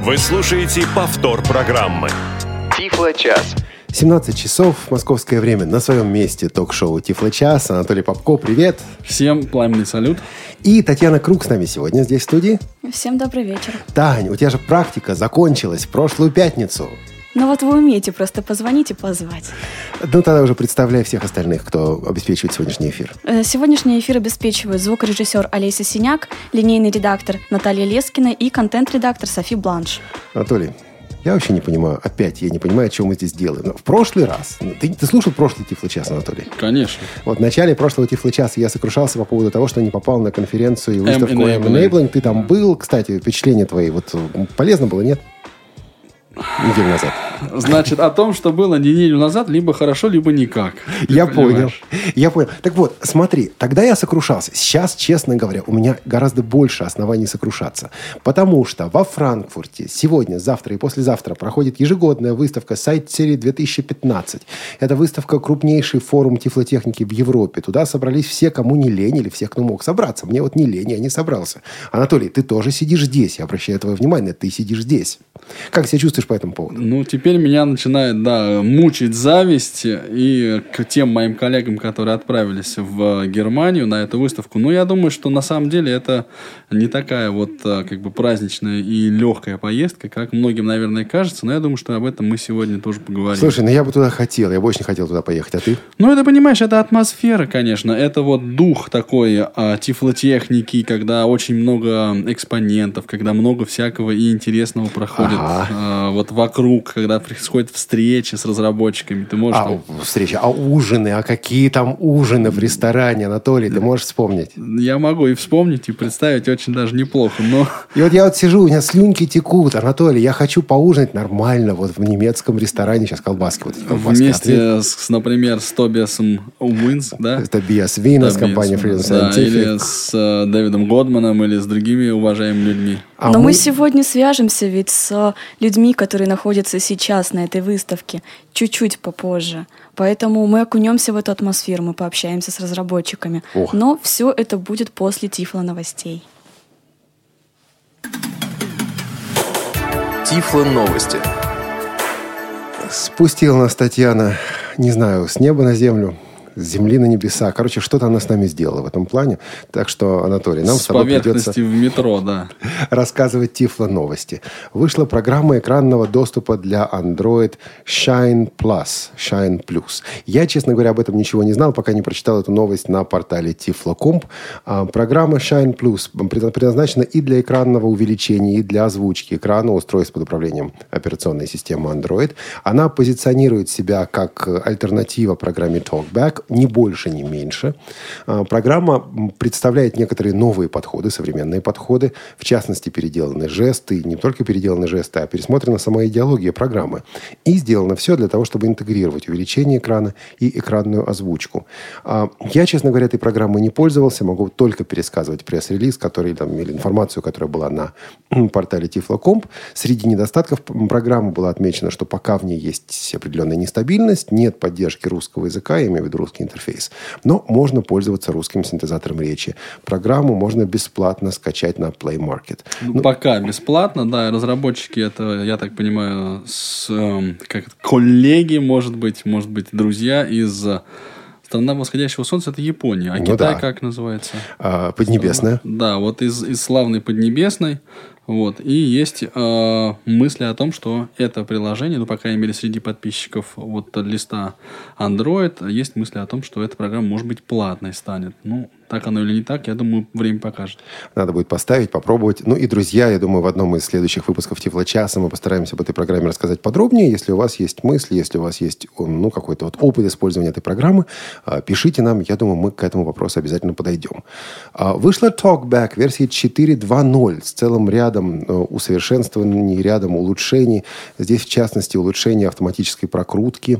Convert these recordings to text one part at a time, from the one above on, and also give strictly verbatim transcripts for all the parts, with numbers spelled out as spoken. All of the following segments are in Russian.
Вы слушаете повтор программы Тифло-час. семнадцать часов, московское время, на своем месте ток-шоу «Тифло-час». Анатолий Попко, привет. Всем пламенный салют. И Татьяна Круг с нами сегодня здесь в студии. Всем добрый вечер. Тань, у тебя же практика закончилась в прошлую пятницу. Ну вот вы умеете просто позвонить и позвать. Ну тогда уже представляй всех остальных, кто обеспечивает сегодняшний эфир. Сегодняшний эфир обеспечивают звукорежиссер Олеся Синяк, линейный редактор Наталья Лескина и контент-редактор Софи Бланш. Анатолий, я вообще не понимаю, опять я не понимаю, что мы здесь делаем. Но в прошлый раз, ты, ты слушал прошлый Тифло-час, Анатолий? Конечно. Вот в начале прошлого Тифло-часа я сокрушался по поводу того, что не попал на конференцию и выставку M-Enabling. Ты там был, кстати, впечатления твои, вот полезно было, нет? Неделю назад. Значит, о том, что было неделю назад, либо хорошо, либо никак. Я понял. Я понял. Так вот, смотри, тогда я сокрушался. Сейчас, честно говоря, у меня гораздо больше оснований сокрушаться. Потому что во Франкфурте сегодня, завтра и послезавтра проходит ежегодная выставка Site Series две тысячи пятнадцать. Это выставка крупнейший форум тифлотехники в Европе. Туда собрались все, кому не лень, или все, кто мог собраться. Мне вот не лень, я не собрался. Анатолий, ты тоже сидишь здесь. Я обращаю твое внимание, ты сидишь здесь. Как себя чувствуешь по этому поводу? Ну, теперь меня начинает, да, мучить зависть и к тем моим коллегам, которые отправились в Германию на эту выставку. Ну, я думаю, что на самом деле это не такая вот как бы праздничная и легкая поездка, как многим, наверное, кажется. Но я думаю, что об этом мы сегодня тоже поговорим. Слушай, ну я бы туда хотел, я бы очень хотел туда поехать, а ты? Ну, это, понимаешь, это атмосфера, конечно. Это вот дух такой а, тифлотехники, когда очень много экспонентов, когда много всякого и интересного проходит. Ага. А, вот вокруг, когда происходят встречи с разработчиками, ты можешь... А, там... встречи, а ужины, а какие там ужины в ресторане, Анатолий, ты можешь вспомнить? Я могу и вспомнить, и представить очень даже неплохо, но... И вот я вот сижу, у меня слюнки текут, Анатолий, я хочу поужинать нормально, вот в немецком ресторане, сейчас колбаски, вот эти колбаски. Вместе, с, например, с Тобиасом Уинс, да? Тобиас Винес, компания Freedom да, Scientific. или с uh, Дэвидом Годманом, или с другими уважаемыми людьми. А Но мы... мы сегодня свяжемся ведь с людьми, которые находятся сейчас на этой выставке, чуть-чуть попозже. Поэтому мы окунемся в эту атмосферу, мы пообщаемся с разработчиками. Ох. Но все это будет после Тифло-новостей. Тифло-новости. Спустила нас Татьяна, не знаю, с неба на землю, с земли на небеса. Короче, что-то она с нами сделала в этом плане. Так что, Анатолий, нам с, с тобой поверхности придется в метро, да. рассказывать Тифло-новости. Вышла программа экранного доступа для Android Shine Plus, Shine Plus. Я, честно говоря, об этом ничего не знал, пока не прочитал эту новость на портале Tiflo точка комп. А, программа Shine Plus предназначена и для экранного увеличения, и для озвучки экрана устройств под управлением операционной системы Android. Она позиционирует себя как альтернатива программе TalkBack, ни больше, ни меньше. Программа представляет некоторые новые подходы, современные подходы, в частности, переделаны жесты, не только переделаны жесты, а пересмотрена сама идеология программы. И сделано все для того, чтобы интегрировать увеличение экрана и экранную озвучку. Я, честно говоря, этой программой не пользовался, могу только пересказывать пресс-релиз, который, там, или информацию, которая была на портале Tiflo точка комп. Среди недостатков программы было отмечено, что пока в ней есть определенная нестабильность, нет поддержки русского языка, я имею в виду русский интерфейс. Но можно пользоваться русским синтезатором речи. Программу можно бесплатно скачать на Play Market. Ну, ну, пока бесплатно, да. Разработчики это, я так понимаю, с, э, как коллеги, может быть, может быть, друзья из страны восходящего солнца, это Япония. А ну, Китай да. как называется? А, Поднебесная. Да, вот из, из славной Поднебесной. Вот. И есть э, мысли о том, что это приложение, ну, по крайней мере, среди подписчиков вот листа Android, есть мысли о том, что эта программа, может быть, платной станет. Ну, так оно или не так, я думаю, время покажет. Надо будет поставить, попробовать. Ну и, друзья, я думаю, в одном из следующих выпусков Тифло-часа мы постараемся об этой программе рассказать подробнее. Если у вас есть мысли, если у вас есть ну, какой-то вот опыт использования этой программы, пишите нам. Я думаю, мы к этому вопросу обязательно подойдем. Вышла TalkBack версии четыре два ноль с целым рядом усовершенствований, рядом улучшений. Здесь, в частности, улучшение автоматической прокрутки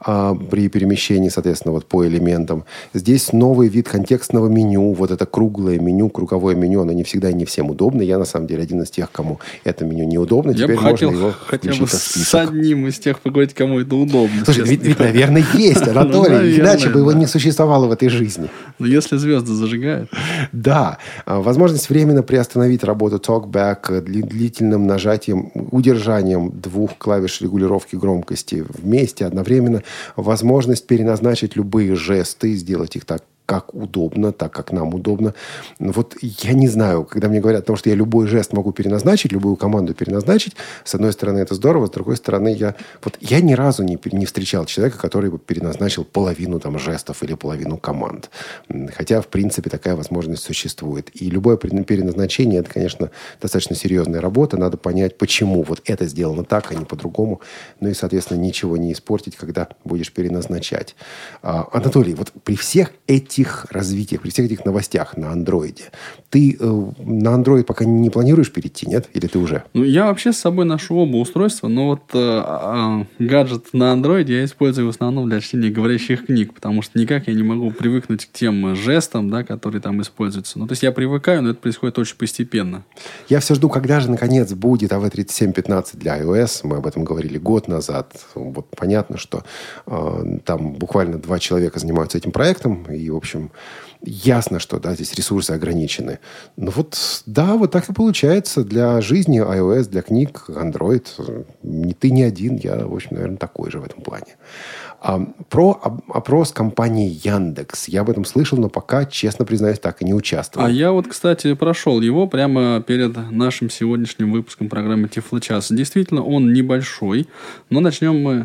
при перемещении, соответственно, вот по элементам. Здесь новый вид контекстного меню. Вот это круглое меню, круговое меню, оно не всегда и не всем удобно. Я, на самом деле, один из тех, кому это меню неудобно. Я Теперь бы можно хотел его хотя бы список. с одним из тех поговорить, кому это удобно. Слушай, ведь, ведь, наверное, есть, Анатолий. Иначе бы его не существовало в этой жизни. Но если звезды зажигают. Да. Возможность временно приостановить работу TalkBack так длительным нажатием, удержанием двух клавиш регулировки громкости вместе одновременно возможность переназначить любые жесты, сделать их так, как удобно, так, как нам удобно. Вот я не знаю, когда мне говорят о том, что я любой жест могу переназначить, любую команду переназначить, с одной стороны, это здорово, с другой стороны, я, вот, я ни разу не, не встречал человека, который бы переназначил половину там, жестов или половину команд. Хотя, в принципе, такая возможность существует. И любое переназначение, это, конечно, достаточно серьезная работа. Надо понять, почему вот это сделано так, а не по-другому. Ну и, соответственно, ничего не испортить, когда будешь переназначать. А, Анатолий, вот при всех этих развитиях, при всех этих новостях на андроиде, ты э, на андроид пока не планируешь перейти, нет? Или ты уже? Ну, я вообще с собой ношу оба устройства, но вот э, э, гаджет на андроиде я использую в основном для чтения говорящих книг, потому что никак я не могу привыкнуть к тем жестам, да, которые там используются. Ну, то есть я привыкаю, но это происходит очень постепенно. Я все жду, когда же, наконец, будет эй ви тридцать семь пятнадцать для iOS. Мы об этом говорили год назад. Вот понятно, что э, там буквально два человека занимаются этим проектом, и, в общем, ясно, что да, здесь ресурсы ограничены. Но вот, да, вот так и получается для жизни iOS, для книг, Android. Не ты не один, я, в общем, наверное, такой же в этом плане. А, про опрос компании Яндекс. Я об этом слышал, но пока, честно признаюсь, так и не участвовал. А я вот, кстати, прошел его прямо перед нашим сегодняшним выпуском программы Тифлочас. Действительно, он небольшой, но начнем мы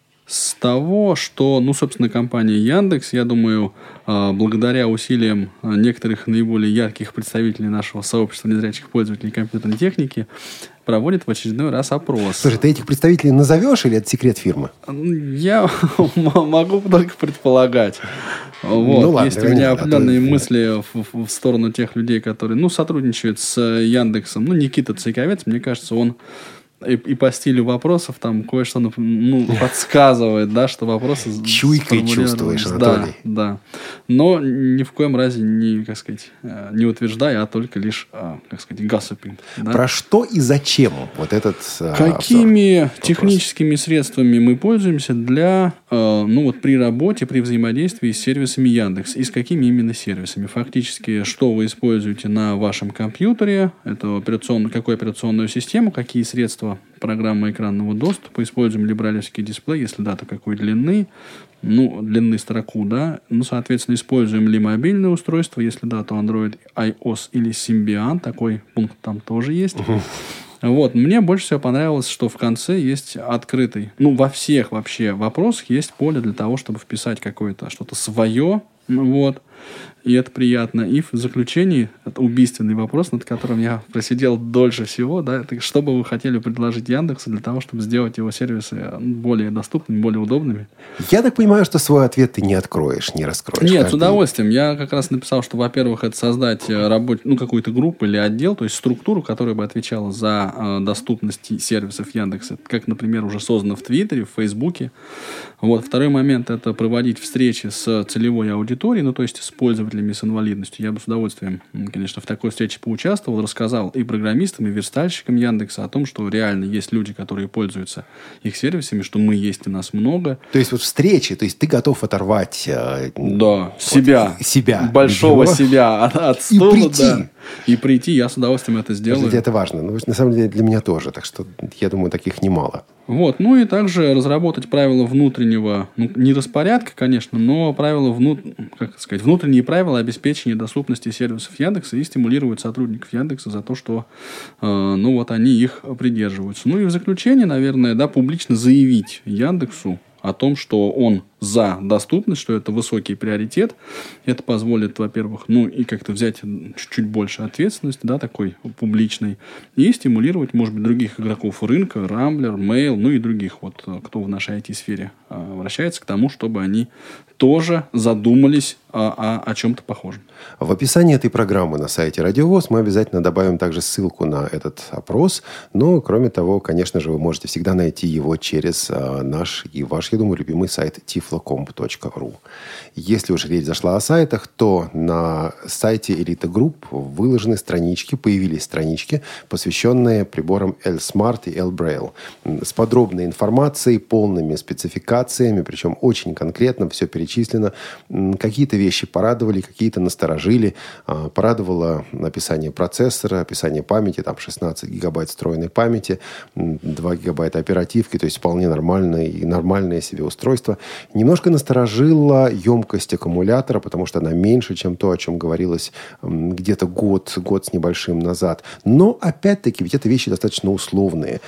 с того, что, ну, собственно, компания Яндекс, я думаю, благодаря усилиям некоторых наиболее ярких представителей нашего сообщества незрячих пользователей компьютерной техники, проводит в очередной раз опрос. Слушай, ты этих представителей назовешь или это секрет фирмы? Я могу только предполагать. Вот. Ну, ладно, есть у меня нет, определенные а то... мысли в, в сторону тех людей, которые, ну, сотрудничают с Яндексом. Ну, Никита Цейковец, мне кажется, он И, и по стилю вопросов там кое-что ну, подсказывает, да, что вопросы... Чуйкой чувствуешь, Анатолий. Да, да. Но ни в коем разе не, как сказать, не утверждая, а только лишь, как сказать, gossiping. Да? Про что и зачем вот этот Какими обзор? техническими Вопрос. средствами мы пользуемся для, ну вот при работе, при взаимодействии с сервисами Яндекс? И с какими именно сервисами? Фактически, что вы используете на вашем компьютере? Это операционную, какую операционную систему, какие средства программы экранного доступа, используем ли брайлевский дисплей, если да, то какой длины, ну, длины строку, да, ну, соответственно, используем ли мобильное устройство, если да, то Android, iOS или Symbian, такой пункт там тоже есть. Uh-huh. Вот, мне больше всего понравилось, что в конце есть открытый, ну, во всех вообще вопросах есть поле для того, чтобы вписать какое-то что-то свое, вот, и это приятно. И в заключении, это убийственный вопрос, над которым я просидел дольше всего, да, это что бы вы хотели предложить Яндексу для того, чтобы сделать его сервисы более доступными, более удобными? Я так понимаю, что свой ответ ты не откроешь, не раскроешь. Нет, каждый... с удовольствием. Я как раз написал, что, во-первых, это создать рабоч... ну, какую-то группу или отдел, то есть структуру, которая бы отвечала за э, доступность сервисов Яндекса, как, например, уже создано в Твиттере, в Фейсбуке. Вот. Второй момент – это проводить встречи с целевой аудиторией, ну, то есть с пользователями с инвалидностью. Я бы с удовольствием, конечно, в такой встрече поучаствовал, рассказал и программистам, и верстальщикам Яндекса о том, что реально есть люди, которые пользуются их сервисами, что мы есть и нас много. То есть вот встречи, то есть ты готов оторвать э, да, вот, себя, себя, большого его, себя от, от стула, и прийти. Да, и прийти, я с удовольствием это сделаю. Это важно. Но, на самом деле для меня тоже, так что я думаю, таких немало. Вот. Ну и также разработать правила внутреннего, ну, не распорядка, конечно, но правила внут... как сказать, внутренние правила обеспечения доступности сервисов Яндекса и стимулировать сотрудников Яндекса за то, что э, ну, вот они их придерживаются. Ну и в заключение, наверное, да, публично заявить Яндексу о том, что он за доступность, что это высокий приоритет. Это позволит, во-первых, ну и как-то взять чуть-чуть больше ответственности, да, такой публичной, и стимулировать, может быть, других игроков рынка, Рамблер, Mail, ну и других, вот, кто в нашей ай ти-сфере а, вращается, к тому, чтобы они тоже задумались о, о, о чем-то похожем. В описании этой программы на сайте Радио ВОС мы обязательно добавим также ссылку на этот опрос. Но, кроме того, конечно же, вы можете всегда найти его через а, наш и ваш, я думаю, любимый сайт Тифло. tiflocomp точка ру. Если уж речь зашла о сайтах, то на сайте Elite Group выложены странички, появились странички, посвященные приборам L-Smart и L-Braille. С подробной информацией, полными спецификациями, причем очень конкретно все перечислено. Какие-то вещи порадовали, какие-то насторожили. Порадовало описание процессора, описание памяти, там шестнадцать гигабайт встроенной памяти, два гигабайта оперативки, то есть вполне нормальное и нормальное себе устройство. Немножко насторожила емкость аккумулятора, потому что она меньше, чем то, о чем говорилось где-то год, год с небольшим назад. Но, опять-таки, ведь это вещи достаточно условные.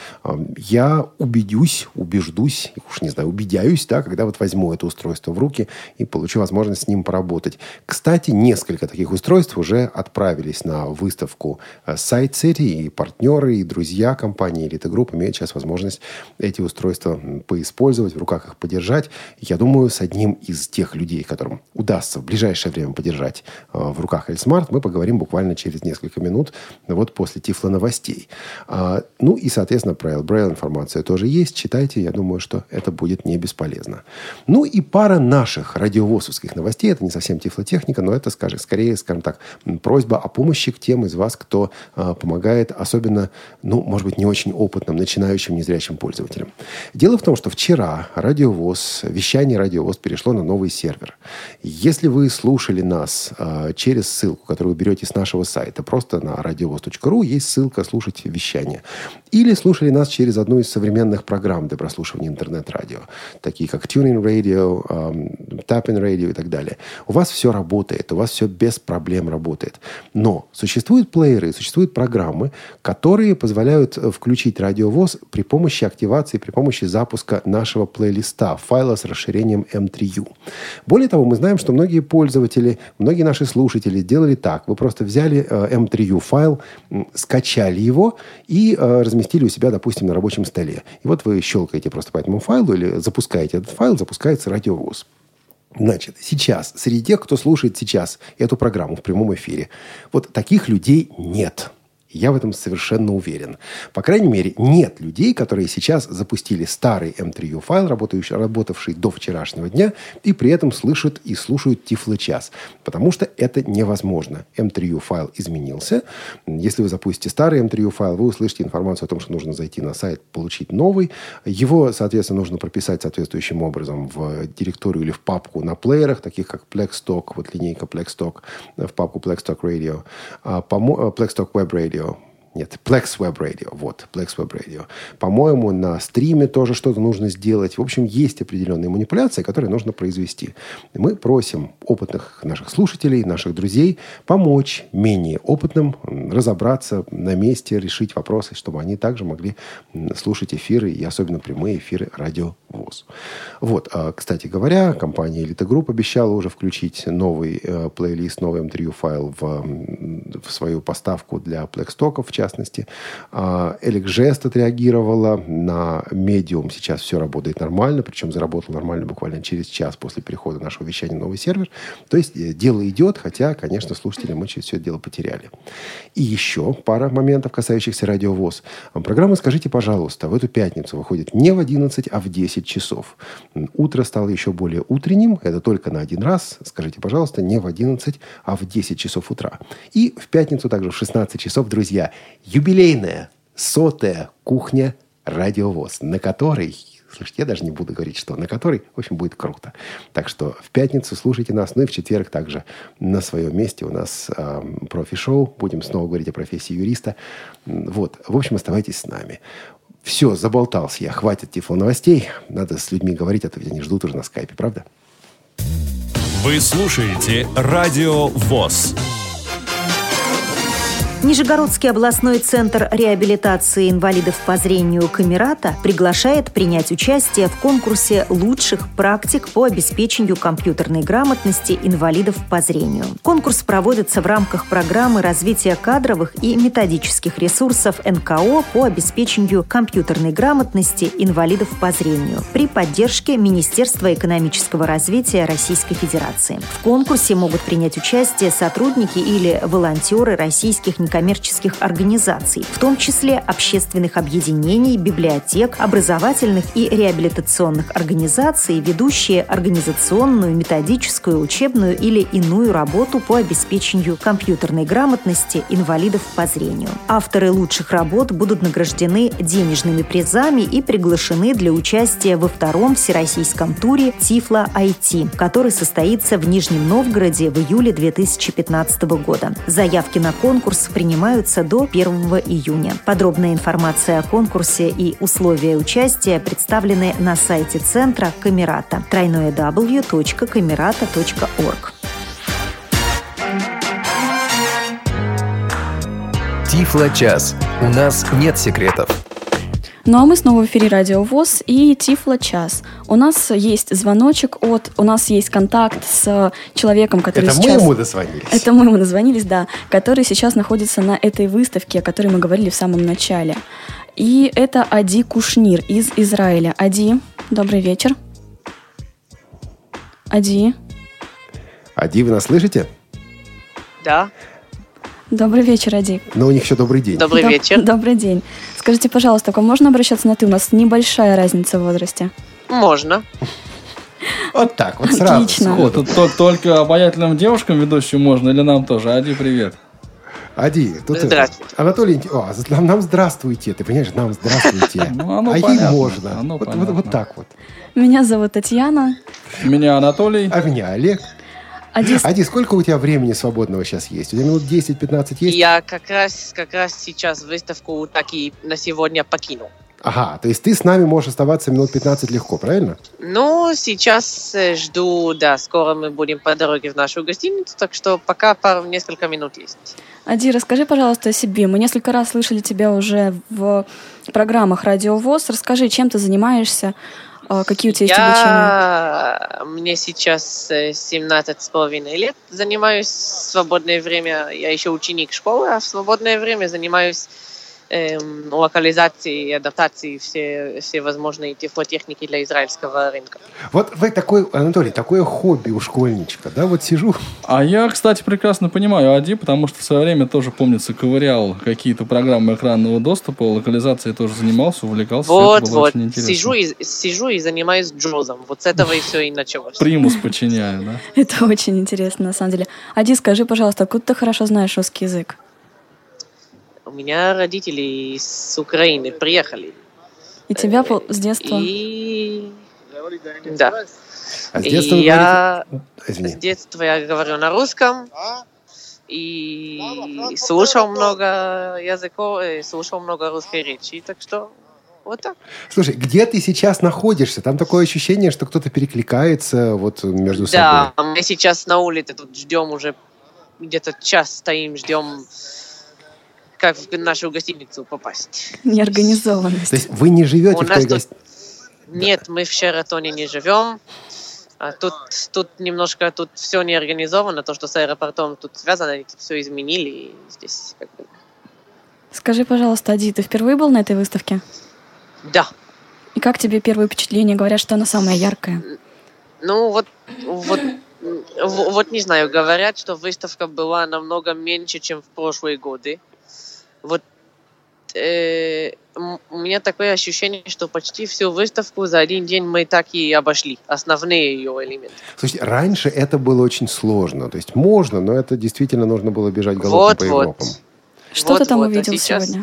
Я убедюсь, убеждусь, уж не знаю, убедяюсь, да, когда вот возьму это устройство в руки и получу возможность с ним поработать. Кстати, несколько таких устройств уже отправились на выставку Side City, и партнеры, и друзья компании Elite Group имеют сейчас возможность эти устройства поиспользовать, в руках их подержать. Я думаю, с одним из тех людей, которым удастся в ближайшее время подержать в руках L-Smart, мы поговорим буквально через несколько минут, вот после Тифло новостей. Ну и, соответственно, про L-Braille информация тоже есть. Читайте, я думаю, что это будет не бесполезно. Ну и пара наших радиовозовских новостей. Это не совсем тифлотехника, но это, скажем, скорее, скажем так, просьба о помощи к тем из вас, кто э, помогает, особенно, ну, может быть, не очень опытным, начинающим незрячим пользователям. Дело в том, что вчера радиовоз, вещание радиовоз перешло на новый сервер. Если вы слушали нас э, через ссылку, которую вы берете с нашего сайта, просто на радиовоз точка ру есть ссылка «Слушать вещание». Или слушали нас через одну из современных программ для прослушивания интернет-радио, такие как Tuning Radio, um, Tapping Radio и так далее. У вас все работает, у вас все без проблем работает. Но существуют плееры, существуют программы, которые позволяют включить радиовоз при помощи активации, при помощи запуска нашего плейлиста, файла с расширением эм три ю. Более того, мы знаем, что многие пользователи, многие наши слушатели сделали так. Вы просто взяли эм три ю файл, скачали его и э, разместили у себя, допустим, на рабочем столе. И вот вы щелкаете просто по этому файлу или запускаете этот файл, запускается радиовоз. Значит, сейчас, среди тех, кто слушает сейчас эту программу в прямом эфире, вот таких людей нет. Я в этом совершенно уверен. По крайней мере, нет людей, которые сейчас запустили старый эм три ю файл, работающий, работавший до вчерашнего дня, и при этом слышат и слушают Тифло час. Потому что это невозможно. эм три ю файл изменился. Если вы запустите старый эм три ю файл, вы услышите информацию о том, что нужно зайти на сайт, получить новый. Его, соответственно, нужно прописать соответствующим образом в директорию или в папку на плеерах, таких как Plextalk, вот линейка Plextalk, в папку Plextalk Radio, Plextalk Web Radio. Нет, Plex Web Radio. Вот, Plex Web Radio. По-моему, на стриме тоже что-то нужно сделать. В общем, есть определенные манипуляции, которые нужно произвести. Мы просим опытных наших слушателей, наших друзей помочь менее опытным разобраться на месте, решить вопросы, чтобы они также могли слушать эфиры, и особенно прямые эфиры Радио ВОС. Вот, кстати говоря, компания Elite Group обещала уже включить новый э, плейлист, новый эм три ю файл в, в свою поставку для Plextalk, в частности. Эликжест отреагировала на Medium. Сейчас все работает нормально, причем заработал нормально буквально через час после перехода нашего вещания на новый сервер. То есть дело идет, хотя, конечно, слушатели мы через все это дело потеряли. И еще пара моментов, касающихся Радио ВОС. Программа «Скажите, пожалуйста» в эту пятницу выходит не в одиннадцать, а в десять часов. Утро стало еще более утренним. Это только на один раз. Скажите, пожалуйста, не в одиннадцать, а в десять часов утра. И в пятницу также в шестнадцать часов, друзья, юбилейная, сотая кухня Радио ВОС, на которой, слушайте, я даже не буду говорить, что, на которой, в общем, будет круто. Так что в пятницу слушайте нас, ну и в четверг также на своем месте у нас э, профи-шоу. Будем снова говорить о профессии юриста. Вот, в общем, оставайтесь с нами. Все, заболтался я. Хватит Тифло новостей. Надо с людьми говорить, а то ведь они ждут уже на скайпе, правда? Вы слушаете Радио ВОС. Нижегородский областной центр реабилитации инвалидов по зрению «Камерата» приглашает принять участие в конкурсе лучших практик по обеспечению компьютерной грамотности инвалидов по зрению. Конкурс проводится в рамках программы развития кадровых и методических ресурсов эн ка о по обеспечению компьютерной грамотности инвалидов по зрению при поддержке Министерства экономического развития Российской Федерации. В конкурсе могут принять участие сотрудники или волонтеры российских некоммерческих организаций, в том числе общественных объединений, библиотек, образовательных и реабилитационных организаций, ведущие организационную, методическую, учебную или иную работу по обеспечению компьютерной грамотности инвалидов по зрению. Авторы лучших работ будут награждены денежными призами и приглашены для участия во втором всероссийском туре Тифло ай ти, который состоится в Нижнем Новгороде в июле две тысячи пятнадцатого года. Заявки на конкурс принимаются до первого июня. Подробная информация о конкурсе и условия участия представлены на сайте центра Камерата дабл ю дабл ю дабл ю точка камерата точка орг. Тифло-час. У нас нет секретов. Ну а мы снова в эфире Радио ВОС и Тифло-час. У нас есть звоночек от... У нас есть контакт с человеком, который Это сейчас... мы ему дозвонились? Это мы ему дозвонились, да. Который сейчас находится на этой выставке, о которой мы говорили в самом начале. И это Ади Кушнир из Израиля. Ади, добрый вечер. Ади. Ади, вы нас слышите? Да. Добрый вечер, Ади. Но у них еще добрый день. Добрый Доб- вечер. Добрый день. Скажите, пожалуйста, к вам можно обращаться на «ты»? У нас небольшая разница в возрасте. Можно. Вот так, вот сразу. Отлично. сходу. Это то- только обаятельным девушкам ведущим можно или нам тоже? Ади, привет. Ади, тут это, Здравствуйте. Анатолий, о, нам, нам здравствуйте, ты понимаешь, нам здравствуйте. Ну, оно а ей понятно, можно. оно Вот, вот, понятно. вот так вот. Меня зовут Татьяна. Меня Анатолий. А меня Олег. Ади, Ади, сколько у тебя времени свободного сейчас есть? У тебя минут десять-пятнадцать есть? Я как раз, как раз сейчас выставку так и на сегодня покинул. Ага, то есть ты с нами можешь оставаться минут пятнадцать легко, правильно? Ну, сейчас э, жду, да, скоро мы будем по дороге в нашу гостиницу, так что пока пару, несколько минут есть. Ади, расскажи, пожалуйста, о себе. Мы несколько раз слышали тебя уже в программах Радио ВОС. Расскажи, чем ты занимаешься, э, какие у тебя есть обучения? Я... Мне сейчас э, семнадцать с половиной лет, занимаюсь в свободное время, я еще ученик школы, а в свободное время занимаюсь эм, локализацией и адаптацией все, все возможные тифлотехники для израильского рынка. Вот вы такой, Анатолий, такое хобби у школьничка, да? Вот сижу. А я, кстати, прекрасно понимаю Ади, потому что в свое время тоже, помнится, ковырял какие-то программы экранного доступа, локализацией тоже занимался, увлекался. Вот, это было вот, очень интересно. сижу и, сижу и занимаюсь джозом. Вот с этого и все и началось. Примус подчиняю, да? Это очень интересно, на самом деле. Ади, скажи, пожалуйста, откуда ты хорошо знаешь русский язык? У меня родители с Украины приехали. И тебя пол- с детства... И... Да. А с И детства вы я... говорите- С Извини. детства я говорю на русском. И слушал много языков, и слушал много русской речи. Так что вот так. Слушай, где ты сейчас находишься? Там такое ощущение, что кто-то перекликается вот между Да, собой. мы сейчас на улице тут ждем уже где-то час стоим, ждем, как в нашу гостиницу попасть. Неорганизованность. То есть вы не живете У в нас той тут- гостинице? Нет, мы в Шератоне не живем. А тут, тут немножко тут все не организовано. То, что с аэропортом тут связано, они тут все изменили. И здесь как бы... Скажи, пожалуйста, Ади, ты впервые был на этой выставке? Да. И как тебе первые впечатления? Говорят, что она самая яркая. Ну, вот, вот, в- вот не знаю, говорят, что выставка была намного меньше, чем в прошлые годы. Вот э, м- у меня такое ощущение, что почти всю выставку за один день мы так и обошли. Основные ее элементы. Слушайте, раньше это было очень сложно. То есть можно, но это действительно нужно было бежать галопом Вот, по вот. Европам. Что ты Вот, там вот, а увидел сейчас- сегодня?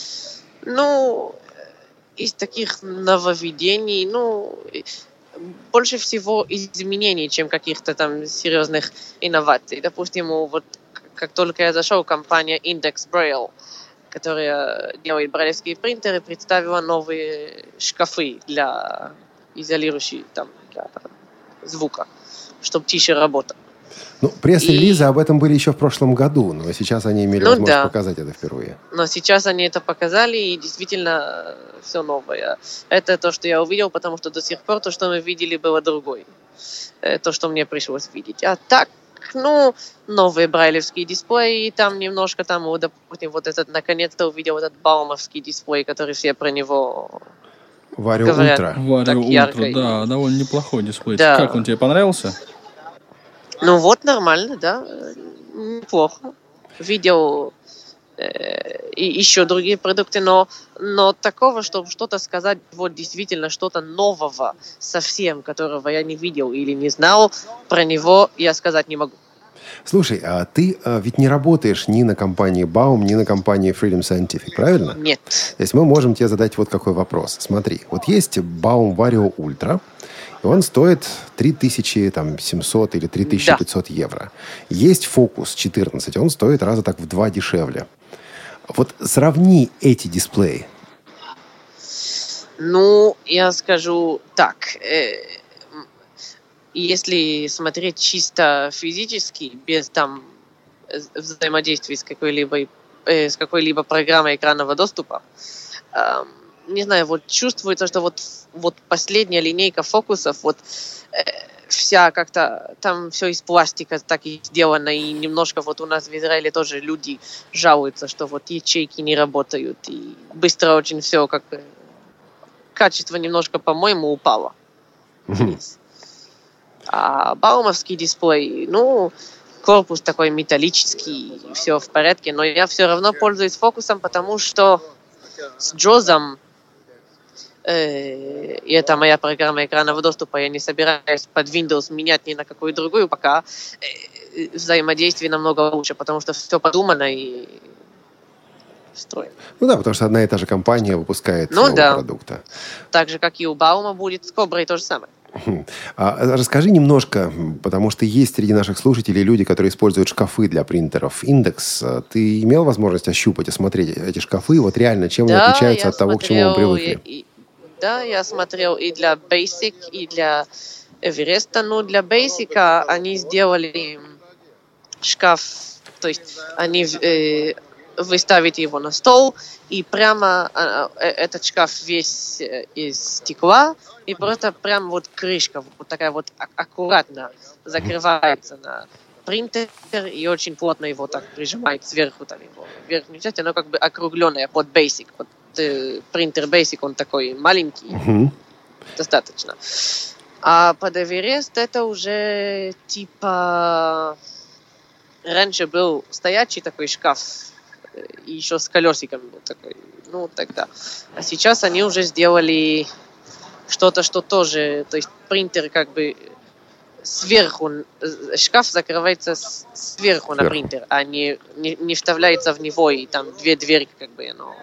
Ну, из таких нововведений, ну, и- больше всего изменений, чем каких-то там серьезных инноваций. Допустим, вот к- как только я зашел, компания Index Braille, которая делает брайлевские принтеры, представила новые шкафы для изолирующие там для звука, чтобы тише работало. Ну, пресс-релизы И- об этом были еще в прошлом году, но сейчас они имели Ну возможность да. показать это впервые. Но сейчас они это показали, и действительно все новое. Это то, что я увидел, потому что до сих пор то, что мы видели, было другое. Э, То, что мне пришлось видеть. А так, ну, новые брайлевские дисплеи, там немножко, там, вот, допустим, вот этот, наконец-то увидел этот баумовский дисплей, который все про него Варио говорят. Ультра. Варио Так Ультра, ярко и- да, довольно неплохой дисплей. Да. Как он тебе понравился? Ну вот, нормально, да, неплохо. Видел и еще другие продукты, но, но такого, чтобы что-то сказать, вот действительно что-то нового совсем, которого я не видел или не знал, про него я сказать не могу. Слушай, а ты а, ведь не работаешь ни на компании Baum, ни на компании Freedom Scientific, правильно? Нет. То есть мы можем тебе задать вот какой вопрос. Смотри, вот есть Baum Vario Ultra, и он стоит три тысячи семьсот или три тысячи пятьсот да. евро. Есть Focus четырнадцать, он стоит раза так в два дешевле. Вот сравни эти дисплеи. Ну, я скажу так. Э, если смотреть чисто физически, без там взаимодействия с какой-либо, э, с какой-либо программой экранного доступа, э, не знаю, вот чувствуется, что вот, вот последняя линейка фокусов, вот э, вся как-то, там все из пластика так и сделано, и немножко вот у нас в Израиле тоже люди жалуются, что вот ячейки не работают, и быстро очень все, как качество немножко, по-моему, упало. Mm-hmm. А баумовский дисплей, ну, корпус такой металлический, все в порядке, но я все равно пользуюсь фокусом, потому что с джозом, э, и это моя программа экранного доступа, я не собираюсь под Windows менять ни на какую другую, пока э, взаимодействие намного лучше, потому что все продумано и встроено. Ну да, потому что одна и та же компания выпускает ну, новые да. продукты. Так же, как и у Баума будет с Коброй то же самое. А, расскажи немножко, потому что есть среди наших слушателей люди, которые используют шкафы для принтеров Индекс. Ты имел возможность ощупать, осмотреть эти шкафы? Вот реально, чем да, они отличаются от смотрел, того, к чему мы привыкли? И, и, да, я смотрел и для Basic, и для Эвереста. Ну, для Basic они сделали шкаф, то есть они... Э, вы ставите его на стол, и прямо э, этот шкаф весь э, из стекла, и просто прям вот крышка, вот такая вот а- аккуратно закрывается на принтер, и очень плотно его так прижимает сверху, там его верхнюю часть, оно как бы округленное под Basic. Вот, э, принтер Basic, он такой маленький, uh-huh. достаточно. А под Эверест это уже типа... Раньше был стоячий такой шкаф, и еще с колесиком был такой, ну, тогда. А сейчас они уже сделали что-то, что тоже, то есть принтер как бы сверху, шкаф закрывается сверху на принтер, а не, не, не вставляется в него, и там две двери как бы, ну...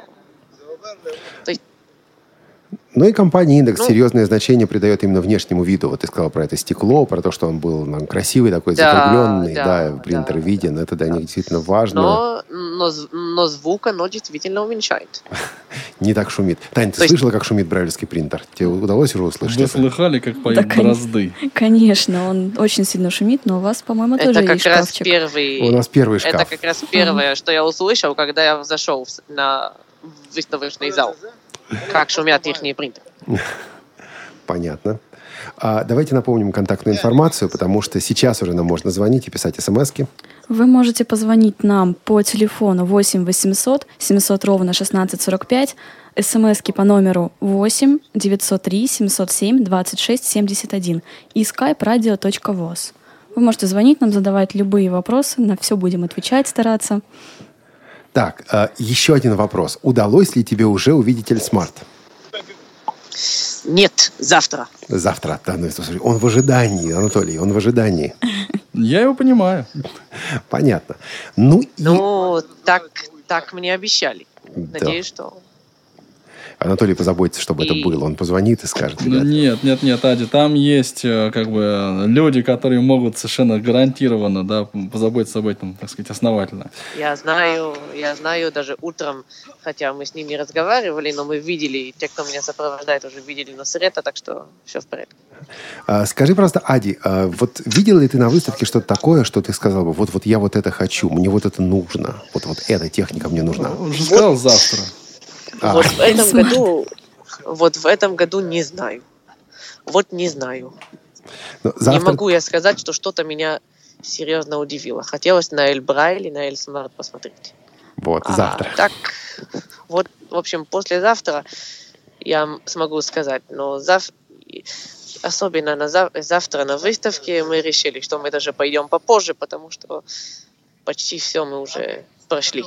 То есть Ну и компания Индекс ну, серьезное значение придает именно внешнему виду. Вот ты сказал про это стекло, про то, что он был ну, красивый такой, да, закругленный, да, да, принтер да, виден. Да, это для да. них действительно важно. Но, но, но звук оно действительно уменьшает. Не так шумит. Тань, ты слышала, как шумит брайлевский принтер? Тебе удалось уже услышать? Вы слыхали, как поют Борозды? Конечно, он очень сильно шумит, но у вас, по-моему, тоже есть шкафчик. Это как раз первый... У нас первый шкаф. Это как раз первое, что я услышал, когда я зашел на выставочный зал. Как шумят ихние принтеры. Понятно. А давайте напомним контактную информацию, потому что сейчас уже нам можно звонить и писать смски. Вы можете позвонить нам по телефону восемь восемьсот семьсот ровно шестнадцать сорок пять, смски по номеру восемь девятьсот три семьсот семь двадцать шесть семьдесят один и skype radio точка voz. Вы можете звонить нам, задавать любые вопросы, на все будем отвечать, стараться. Так, еще один вопрос. Удалось ли тебе уже увидеть Эльсмарт? Нет, завтра. Завтра, да, ну, слушай, он в ожидании, Анатолий, он в ожидании. Я его понимаю. Понятно. Ну, и... ну так, так мне обещали. Да. Надеюсь, что... Анатолий позаботится, чтобы и... это было. Он позвонит и скажет. Ну, нет, нет, нет, Ади, там есть как бы люди, которые могут совершенно гарантированно, да, позаботиться об этом, так сказать, основательно. Я знаю, я знаю, даже утром, хотя мы с ними разговаривали, но мы видели, те, кто меня сопровождает, уже видели Нусрета, так что все в порядке. А, скажи просто, Ади, а вот видел ли ты на выставке что-то такое, что ты сказал бы, вот, вот я вот это хочу, мне вот это нужно, вот, вот эта техника мне нужна? Он же сказал вот. Завтра. А. Вот в этом году, вот в этом году не знаю. Вот не знаю. Завтра... Не могу я сказать, что что-то меня серьезно удивило. Хотелось на Эль Брайль и на Эль Смарт посмотреть. Вот, а, завтра. Так, вот, в общем, послезавтра я смогу сказать. Но зав... особенно на зав... завтра на выставке мы решили, что мы даже пойдем попозже, потому что почти все мы уже прошли.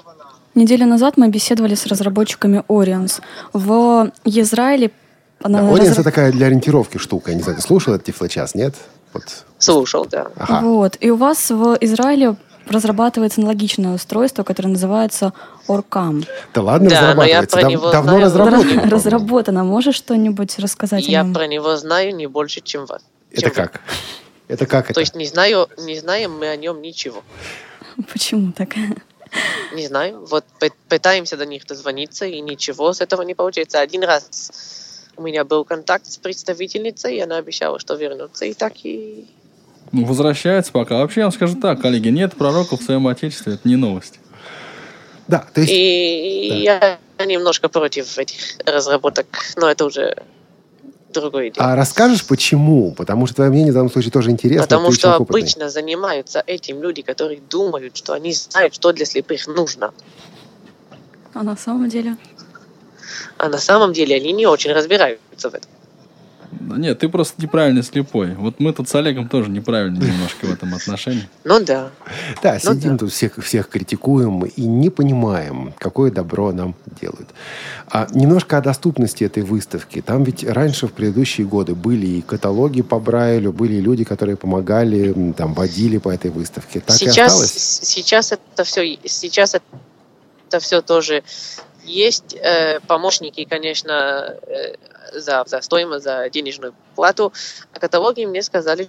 Неделю назад мы беседовали с разработчиками Orions. В Израиле... Да, Orions разра... это такая для ориентировки штука. Я не знаю, ты слушал этот Тифлочас, нет? Вот. Слушал, да. Ага. Вот. И у вас в Израиле разрабатывается аналогичное устройство, которое называется Оркам. Да ладно, да, разрабатывается. Но я про Дав- него давно знаю. разработано. Разработано. Можешь что-нибудь рассказать я о нем? Я про него знаю не больше, чем вас. Это чем как? Вы. Это как То это? есть не знаю, не знаем мы о нем ничего. Почему так? Не знаю. Вот пытаемся до них дозвониться, и ничего с этого не получается. Один раз у меня был контакт с представительницей, и она обещала, что вернется, и так и... Ну, возвращается пока. Вообще, я вам скажу так, коллеги, нет пророков в своем отечестве, это не новость. Да, то есть... И да. я немножко против этих разработок, но это уже другое дело. А расскажешь, почему? Потому что твое мнение в данном случае тоже интересно. Потому что обычно занимаются этим люди, которые думают, что они знают, что для слепых нужно. А на самом деле? А на самом деле они не очень разбираются в этом. Нет, ты просто неправильно слепой. Вот мы тут с Олегом тоже неправильно немножко в этом отношении. Ну да. Да, сидим тут, всех, всех критикуем и не понимаем, какое добро нам делают. А немножко о доступности этой выставки. Там ведь раньше, в предыдущие годы, были и каталоги по Брайлю, были и люди, которые помогали, там, водили по этой выставке. Так сейчас, и осталось? Сейчас это все, сейчас это все тоже есть. Э, помощники, конечно, э, за, за стоимость, за денежную плату. А каталоги мне сказали,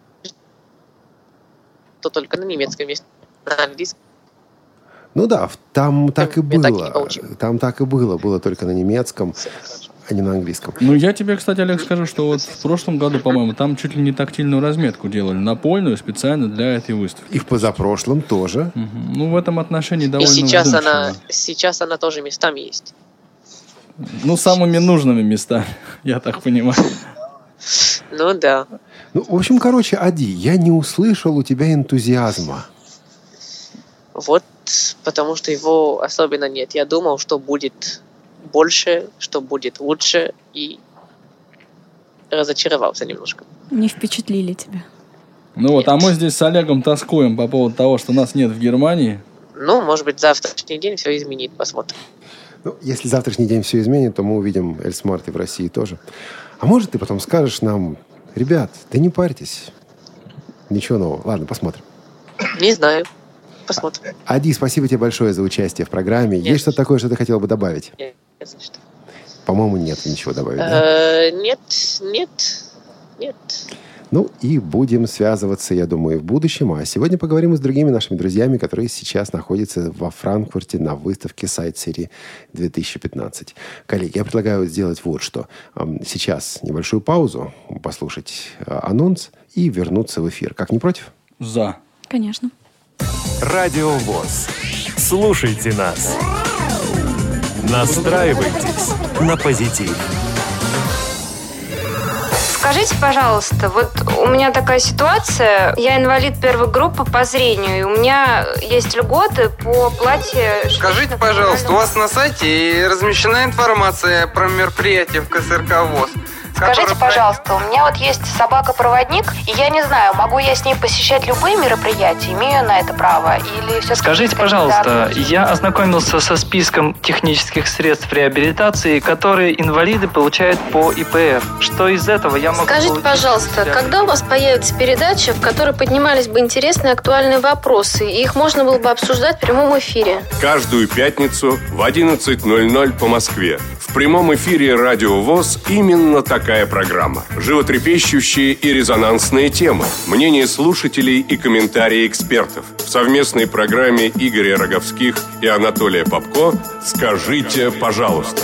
что только на немецком есть, на английском. Ну да, там так и Я было. Так там так и было. Было только на немецком, а не на английском. Ну, я тебе, кстати, Олег, скажу, что вот в прошлом году, по-моему, там чуть ли не тактильную разметку делали, напольную, специально для этой выставки. И в позапрошлом тоже. Угу. Ну, в этом отношении довольно И сейчас вдумчиво. она, сейчас она тоже местами есть. Ну, самыми нужными местами, я так понимаю. Ну, да. Ну, в общем, короче, Ади, я не услышал у тебя энтузиазма. Вот, потому что его особенно нет. Я думал, что будет больше, что будет лучше, и разочаровался немножко. Не впечатлили тебя? Ну вот, а мы здесь с Олегом тоскуем по поводу того, что нас нет в Германии. Ну, может быть, завтрашний день все изменит, посмотрим. Ну, если завтрашний день все изменит, то мы увидим Эльсмарт и в России тоже. А может, ты потом скажешь нам: ребят, да не парьтесь. Ничего нового. Ладно, посмотрим. Не знаю. Посмотрим. Ади, спасибо тебе большое за участие в программе. Нет. Есть что-то такое, что ты хотела бы добавить? Нет, не знаю, что. По-моему, нет ничего добавить, да? Э, Нет, нет, нет. Ну и будем связываться, я думаю, в будущем. А сегодня поговорим с другими нашими друзьями, которые сейчас находятся во Франкфурте на выставке Side City две тысячи пятнадцать. Коллеги, я предлагаю сделать вот что. Сейчас небольшую паузу, послушать анонс и вернуться в эфир. Как, не против? За. Конечно. Радио ВОС. Слушайте нас. Настраивайтесь на позитив. Скажите, пожалуйста, вот у меня такая ситуация, я инвалид первой группы по зрению, и у меня есть льготы по оплате... Скажите, пожалуйста, у вас на сайте размещена информация про мероприятие в ка эс эр ка ВОС? Скажите, пожалуйста, у меня вот есть собака-проводник, и я не знаю, могу я с ней посещать любые мероприятия, имею на это право, или все-таки... Скажите, пожалуйста, я ознакомился со списком технических средств реабилитации, которые инвалиды получают по и пэ эф. Что из этого я могу Скажите, получить? пожалуйста, когда у вас появится передача, в которой поднимались бы интересные актуальные вопросы, и их можно было бы обсуждать в прямом эфире? Каждую пятницу в одиннадцать ноль ноль по Москве. В прямом эфире Радио ВОС именно такая программа. Животрепещущие и резонансные темы, мнения слушателей и комментарии экспертов. В совместной программе Игоря Роговских и Анатолия Попко «Скажите, пожалуйста».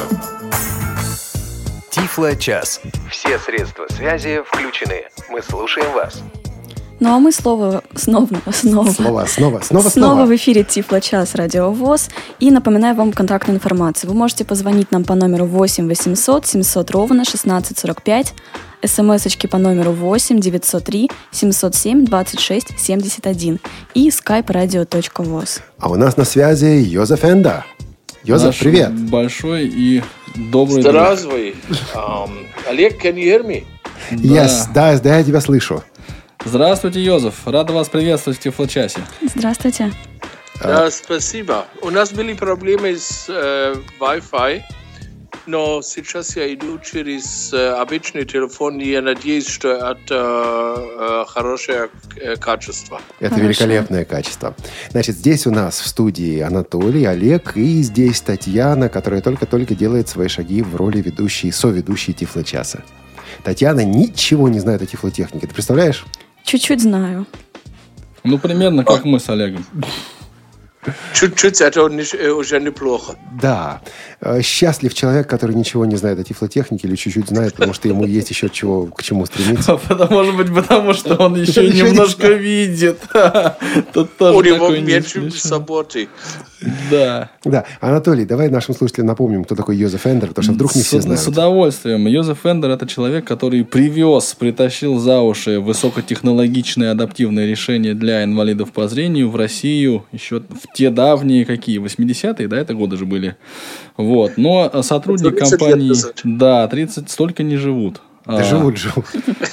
Тифло-час. Все средства связи включены. Мы слушаем вас. Ну а мы снова, снова, снова, Снова, снова, снова, снова в эфире Тифло-час Радио ВОС. И напоминаю вам контактную информацию. Вы можете позвонить нам по номеру восемь восемьсот семьсот ровно шестнадцать сорок пять, смс-очки по номеру восемь девятьсот три семьсот семь двадцать шесть семьдесят один и skype radio точка voz. А у нас на связи Йозеф Энда. Йозеф, Наш привет. Большой и добрый Здравствуй. Um, Олег, can you hear me? Yes, да, да, я тебя слышу. Здравствуйте, Йозеф. Рада вас приветствовать в Тифло-часе. Здравствуйте. Да, спасибо. У нас были проблемы с э, Wi-Fi, но сейчас я иду через э, обычный телефон, и я надеюсь, что это э, хорошее э, качество. Это Хорошо. Великолепное качество. Значит, здесь у нас в студии Анатолий, Олег, и здесь Татьяна, которая только-только делает свои шаги в роли ведущей, соведущей Тифлочаса. Татьяна ничего не знает о тифлотехнике. Ты представляешь? Чуть-чуть знаю. Ну, примерно как мы с Олегом. Чуть-чуть, это уже неплохо. Да. Счастлив человек, который ничего не знает о тифлотехнике или чуть-чуть знает, потому что ему есть еще чего, к чему стремиться. Может быть, потому что он еще немножко видит. У него меньше заботы. Да. Да. Анатолий, давай нашим слушателям напомним, кто такой Йозеф Эндер, потому что вдруг не все знают. С удовольствием. Йозеф Эндер – это человек, который привез, притащил за уши высокотехнологичные адаптивные решения для инвалидов по зрению в Россию еще в те давние какие, восьмидесятые, да, это годы же были. Вот. Но сотрудник компании... Да, тридцать, столько не живут. Да а, живут, живут.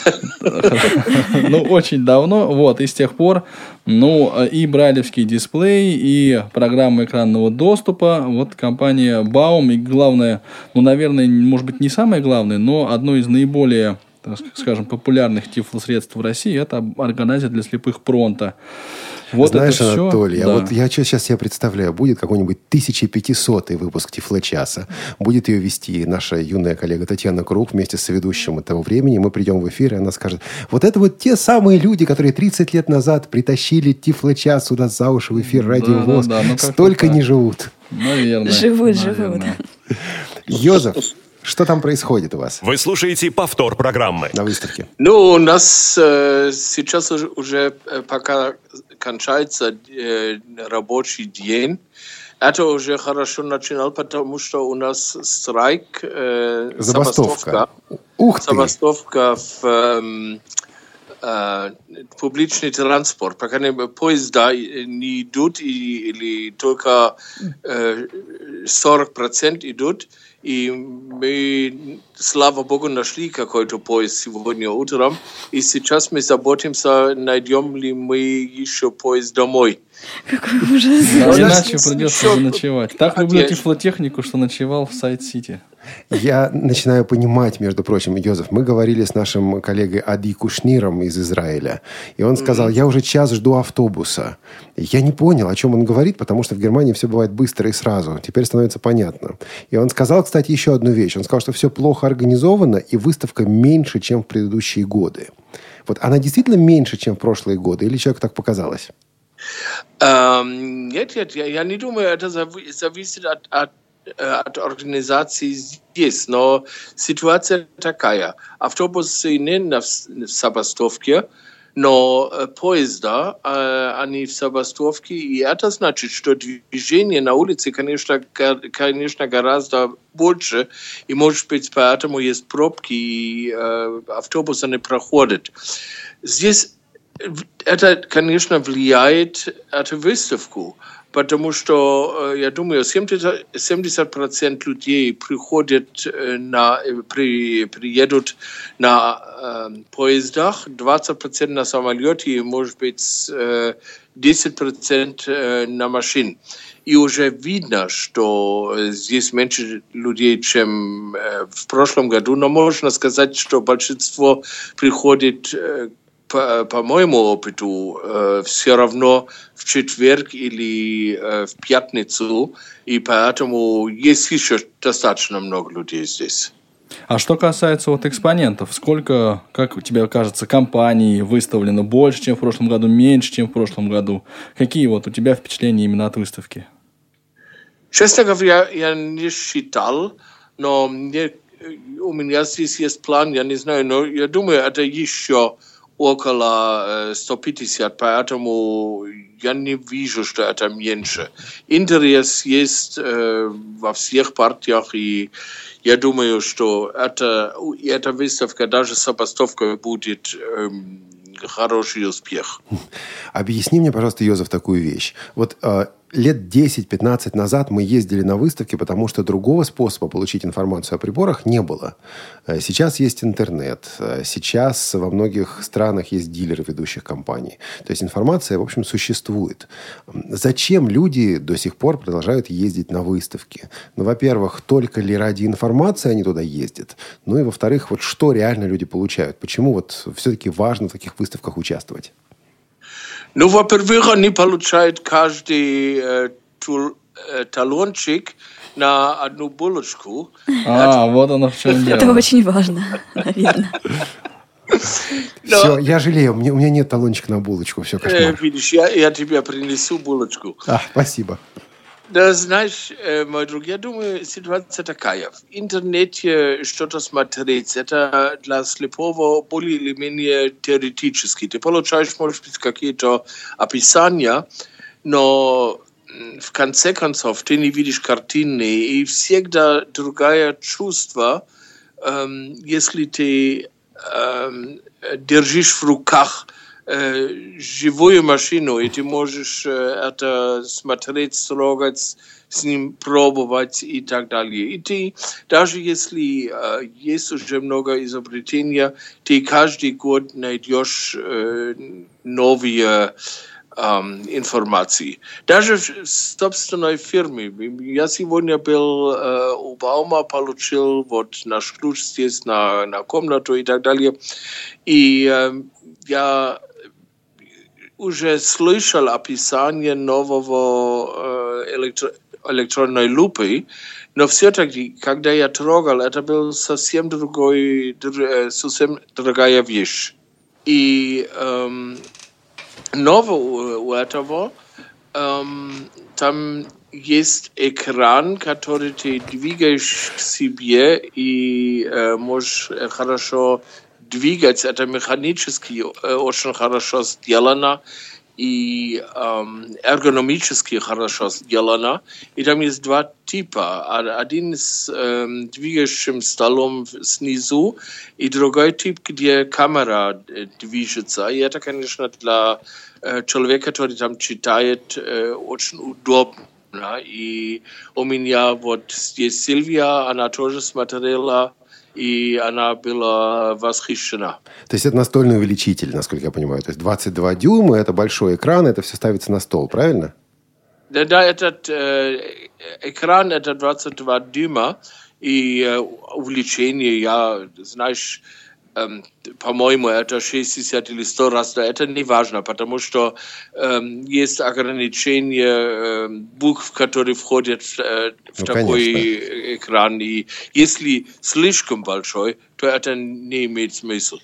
Ну, очень давно. Вот, и с тех пор, ну, и брайлевский дисплей, и программа экранного доступа. Вот компания Baum, и главное, ну, наверное, может быть, не самое главное, но одно из наиболее, так скажем, популярных тифлосредств в России – это органайзер для слепых Пронто. Вот знаешь, это Анатолий, все, а да. вот я сейчас себе представляю, будет какой-нибудь тысяча пятисотый выпуск Тифлочаса. Будет ее вести наша юная коллега Татьяна Круг вместе с ведущим этого времени. Мы придем в эфир, и она скажет: вот это вот те самые люди, которые тридцать лет назад притащили Тифлочас сюда за уши в эфир Радио ВОС. Да, да, да. Ну, столько не живут. Наверное. Живут, Наверное. живут. Йозеф, что там происходит у вас? Вы слушаете повтор программы. На выставке. Ну, у нас э, сейчас уже, уже пока кончается э, рабочий день. Это уже хорошо начинал, потому что у нас страйк, э, забастовка. Ух ты! Забастовка в э, э, публичный транспорт. Пока не, поезда не идут, и, или только э, сорок процентов идут. И мы, слава богу, нашли какой-то поезд сегодня утром. И сейчас мы заботимся, найдем ли мы еще поезд домой. Какой ужас. Да, иначе придется заночевать. Так люблю тифлотехнику, что ночевал в Сайт-Сити. Я начинаю понимать, между прочим, Йозеф, мы говорили с нашим коллегой Ади Кушниром из Израиля, и он сказал: я уже час жду автобуса. Я не понял, о чем он говорит, потому что в Германии все бывает быстро и сразу. Теперь становится понятно. И он сказал, кстати, еще одну вещь. Он сказал, что все плохо организовано, и выставка меньше, чем в предыдущие годы. Вот она действительно меньше, чем в прошлые годы, или человеку так показалось? Um, нет, нет, я, я не думаю, это зависит от, от, от организации здесь, но ситуация такая. Автобусы не на, в забастовке, но поезда, они в забастовке, и это значит, что движение на улице, конечно, конечно, гораздо больше, и, может быть, поэтому есть пробки, и автобусы не проходят. Здесь это, конечно, влияет на выставку, потому что, я думаю, семьдесят процентов людей приходят на, при, приедут на э, поездах, двадцать процентов на самолете и, может быть, десять процентов на машине. И уже видно, что здесь меньше людей, чем в прошлом году, но можно сказать, что большинство приходит По, по моему опыту, э, все равно в четверг или э, в пятницу, и поэтому есть еще достаточно много людей здесь. А что касается вот экспонентов, сколько, как тебе кажется, компаний выставлено? Больше, чем в прошлом году, меньше, чем в прошлом году? Какие вот у тебя впечатления именно от выставки? Честно говоря, я не считал, но мне, у меня здесь есть план, я не знаю, но я думаю, это еще около сто пятьдесят, поэтому я не вижу, что это меньше. Интерес есть э, во всех партиях, и я думаю, что это, эта выставка, даже забастовка, будет э, хороший успех. Объясни мне, пожалуйста, Йозеф, такую вещь. Вот э, лет десять-пятнадцать назад мы ездили на выставки, потому что другого способа получить информацию о приборах не было. Сейчас есть интернет. Сейчас во многих странах есть дилеры ведущих компаний. То есть информация, в общем, существует. Зачем люди до сих пор продолжают ездить на выставки? Ну, во-первых, только ли ради информации они туда ездят? Ну и, во-вторых, вот что реально люди получают? Почему вот все-таки важно в таких выставках участвовать? Ну, во-первых, они получают каждый э, тур, э, талончик на одну булочку. А, это... вот оно в чем дело. Это очень важно, наверное. Все, я жалею, у меня, у меня нет талончика на булочку, все, кошмар. Э, видишь, я, я тебе принесу булочку. А, спасибо. Да, знаешь, мой друг, я думаю, ситуация такая. В интернете что-то смотреть, это для слепого более или менее теоретически. Ты получаешь, может быть, какие-то описания, но в конце концов ты не видишь картины, и всегда другое чувство, эм, если ты эм, держишь в руках живую машину, и ты можешь э, это смотреть, трогать, с ним пробовать и так далее. И ты, даже если э, есть уже много изобретений, ты каждый год найдешь э, новые э, информации. Даже в собственной фирме. Я сегодня был э, у Баума, получил вот наш ключ здесь на, на комнату и так далее. И э, я уже слышал описание нового э, электро- электронной лупы, но все-таки, когда я трогал, это был совсем другой, др- совсем другая вещь. И эм, новое у, у этого, эм, там есть экран, который ты двигаешь к себе и э, можешь хорошо двигать. Это механически э, очень хорошо сделано и эм, эргономически хорошо сделано. И там есть два типа. Один с эм, двигающим столом снизу и другой тип, где камера э, движется. И это, конечно, для э, человека, который там читает, э, очень удобно. И у меня вот здесь Сильвия, она тоже смотрела, и она была восхищена. То есть это настольный увеличитель, насколько я понимаю. То есть двадцать два дюйма, это большой экран, это все ставится на стол, правильно? Да, да, этот э, экран, это двадцать два дюйма, и э, увеличение, я, знаешь, э, по-моему, это шестьдесят или сто раз, да, это не важно, потому что э, есть ограничение э, букв, которые входят в, э, в ну, такой конечно. Экран, и если слишком большой, то это не имеет смысла.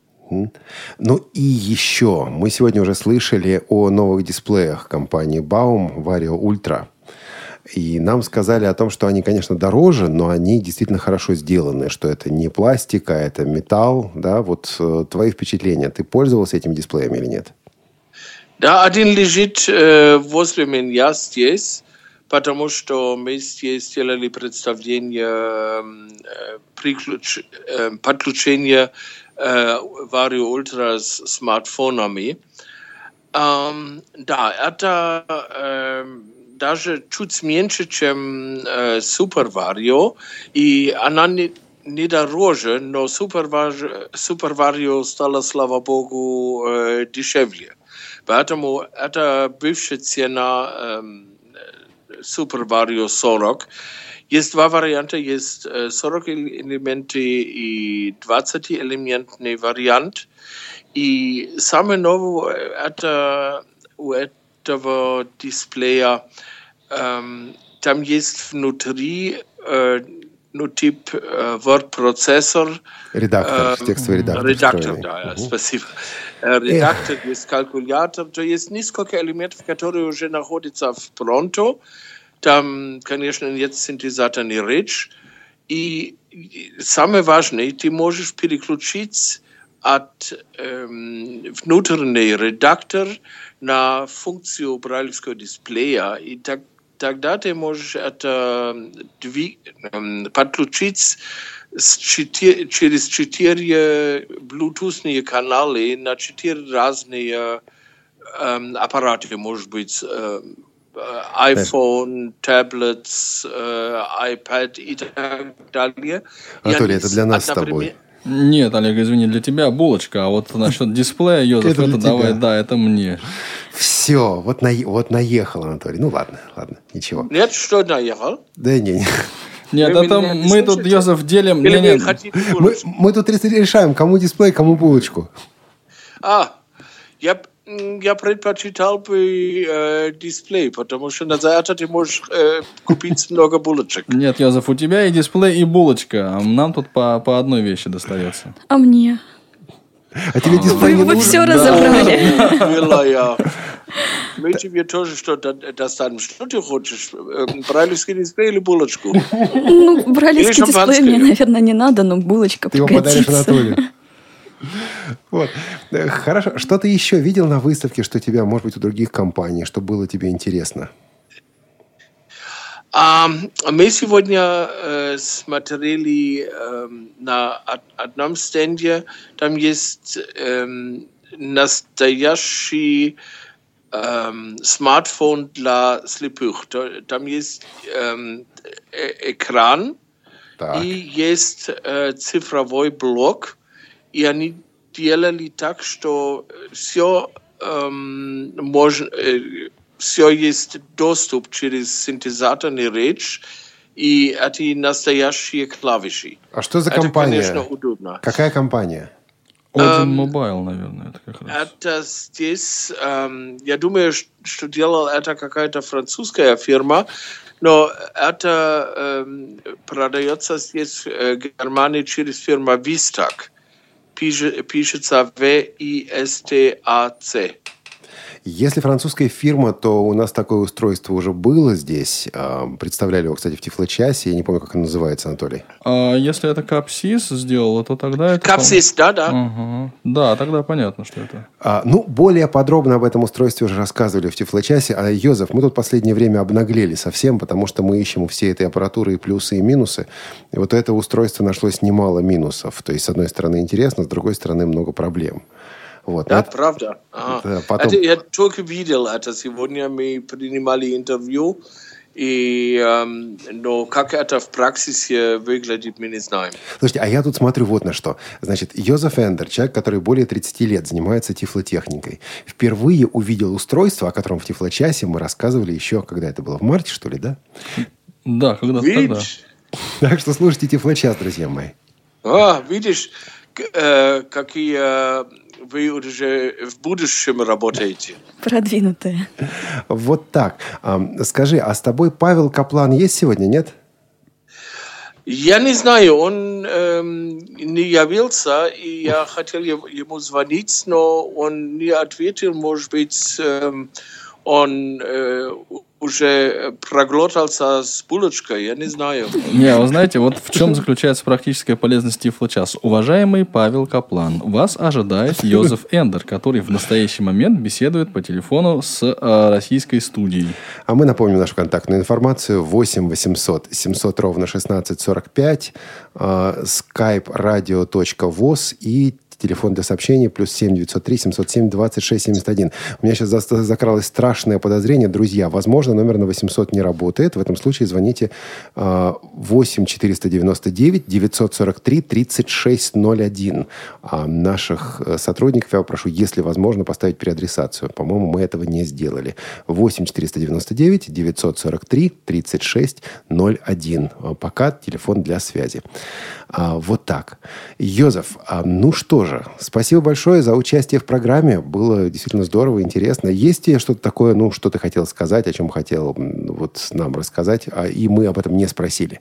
Ну и еще, мы сегодня уже слышали о новых дисплеях компании Baum Vario Ultra. И нам сказали о том, что они, конечно, дороже, но они действительно хорошо сделаны, что это не пластик, а это металл. Да? Вот э, твои впечатления. Ты пользовался этим дисплеем или нет? Да, один лежит э, возле меня здесь, потому что мы здесь сделали представление э, приключ... э, подключения э, Vario Ultra с смартфонами. Ähm, да, это э, даже чуть меньше, чем э, Super Vario, и она не, не дороже, но Super Vario, Super Vario стала, слава богу, э, дешевле. Поэтому это бывшая цена э, Super Vario сорок. Есть два варианта, есть э, сорок элементы и двадцать элементный вариант. И самое новое это у этого дисплея, эм, там есть внутри э, ну, тип э, word-процессор. Редактор, э, текстовый редактор. Редактор, да, угу. Спасибо. Э, редактор, Эх. Есть калькулятор, то есть несколько элементов, которые уже находятся в Pronto. Там, конечно, нет синтезатора не речь. И самое важное, ты можешь переключить от эм, внутренний редактор на функцию брайлевского дисплея, и так, тогда ты можешь это дви, эм, подключить с четыре, через четыре блютусные каналы на четыре разные эм, аппараты, может быть, эм, iPhone, tablets, iPad и так далее. Анатолий, это для нас с тобой. Нет, Олег, извини, для тебя булочка, а вот насчет дисплея, Йозеф, это, это давай, да, это мне. Все, вот, на, вот наехал, Анатолий. Ну ладно, ладно, ничего. Нет, что наехал? Да не, не. Нет, это мы тут, Йозеф, делим... Не, не. Мы, мы тут решаем, кому дисплей, кому булочку. А, я, я предпочитал бы э, дисплей, потому что на за это ты можешь э, купить много булочек. Нет, Йозеф, у тебя и дисплей, и булочка. А нам тут по, по одной вещи достается. А мне? А тебе дисплей не нужен? Вы все разобрали. Милая, мы тебе тоже что-то достанем. Что ты хочешь? Брайлевский дисплей или булочку? Ну, брайлевский дисплей мне, наверное, не надо, но булочка ты пригодится. Ты его подаришь Анатолию. Вот. Хорошо. Что ты еще видел на выставке, что тебя, может быть, у других компаний, что было тебе интересно? Um, мы сегодня э, смотрели э, на одном стенде, там есть э, настоящий э, смартфон для слепых. Там есть э, экран так. И есть э, цифровой блок. И они делали так, что все э, можно... Э, все есть доступ через синтезаторный речь, и это настоящие клавиши. А что за это, компания? Конечно, удобно. Какая компания? Один Mobile, um, наверное, это как раз. Это здесь, um, я думаю, что делала это какая-то французская фирма, но это um, продается здесь в Германии через фирму Vistac. Пиш, пишется V I S T A C. Если французская фирма, то у нас такое устройство уже было здесь. Представляли его, кстати, в Тифлочасе. Я не помню, как оно называется, Анатолий. А если это Капсис сделало, то тогда это... Капсис, да, да. Угу. Да, тогда понятно, что это. А, ну, более подробно об этом устройстве уже рассказывали в Тифлочасе. А, Йозеф, мы тут в последнее время обнаглели совсем, потому что мы ищем у всей этой аппаратуры и плюсы, и минусы. И вот у этого устройства нашлось немало минусов. То есть, с одной стороны, интересно, с другой стороны, много проблем. Вот. Да, это, правда. Ага. Да, потом... это, я только видел это. Сегодня мы принимали интервью, и, эм, но как это в практике выглядит, мы не знаем. Слушайте, а я тут смотрю вот на что. Значит, Йозеф Эндер, человек, который более тридцати лет занимается тифлотехникой, впервые увидел устройство, о котором в Тифлочасе мы рассказывали еще, когда это было, в марте, что ли, да? Да, когда-то тогда. Так что слушайте Тифлочас, друзья мои. А, видишь, э, какие... Вы уже в будущем работаете. Продвинутые. Вот так. Скажи, а с тобой Павел Каплан есть сегодня, нет? Я не знаю, он эм, не явился, и я хотел ему звонить, но он не ответил, может быть, эм, он э, уже проглотался с булочкой, я не знаю. Не, вы знаете, вот в чем заключается практическая полезность Тифлочас. Уважаемый Павел Каплан, вас ожидает Йозеф Эндер, который в настоящий момент беседует по телефону с э, российской студией. А мы напомним нашу контактную информацию: восемь восемьсот семьсот ровно шестнадцать сорок пять, э, skype radio точка voz и телефон для сообщений плюс семь девятьсот три семьсот семь двадцать шесть семьдесят один. У меня сейчас закралось страшное подозрение. Друзья, возможно, номер на восемьсот не работает. В этом случае звоните восемь четыреста девяносто девять девятьсот сорок три тридцать шесть ноль один. А наших сотрудников я попрошу, если возможно, поставить переадресацию. По-моему, мы этого не сделали. восемь четыреста девяносто девять девятьсот сорок три тридцать шесть ноль один. Пока телефон для связи. А, вот так. Йозеф, а, ну что же, спасибо большое за участие в программе. Было действительно здорово, интересно. Есть ли что-то такое, ну, что ты хотел сказать, о чем хотел вот нам рассказать, а, и мы об этом не спросили?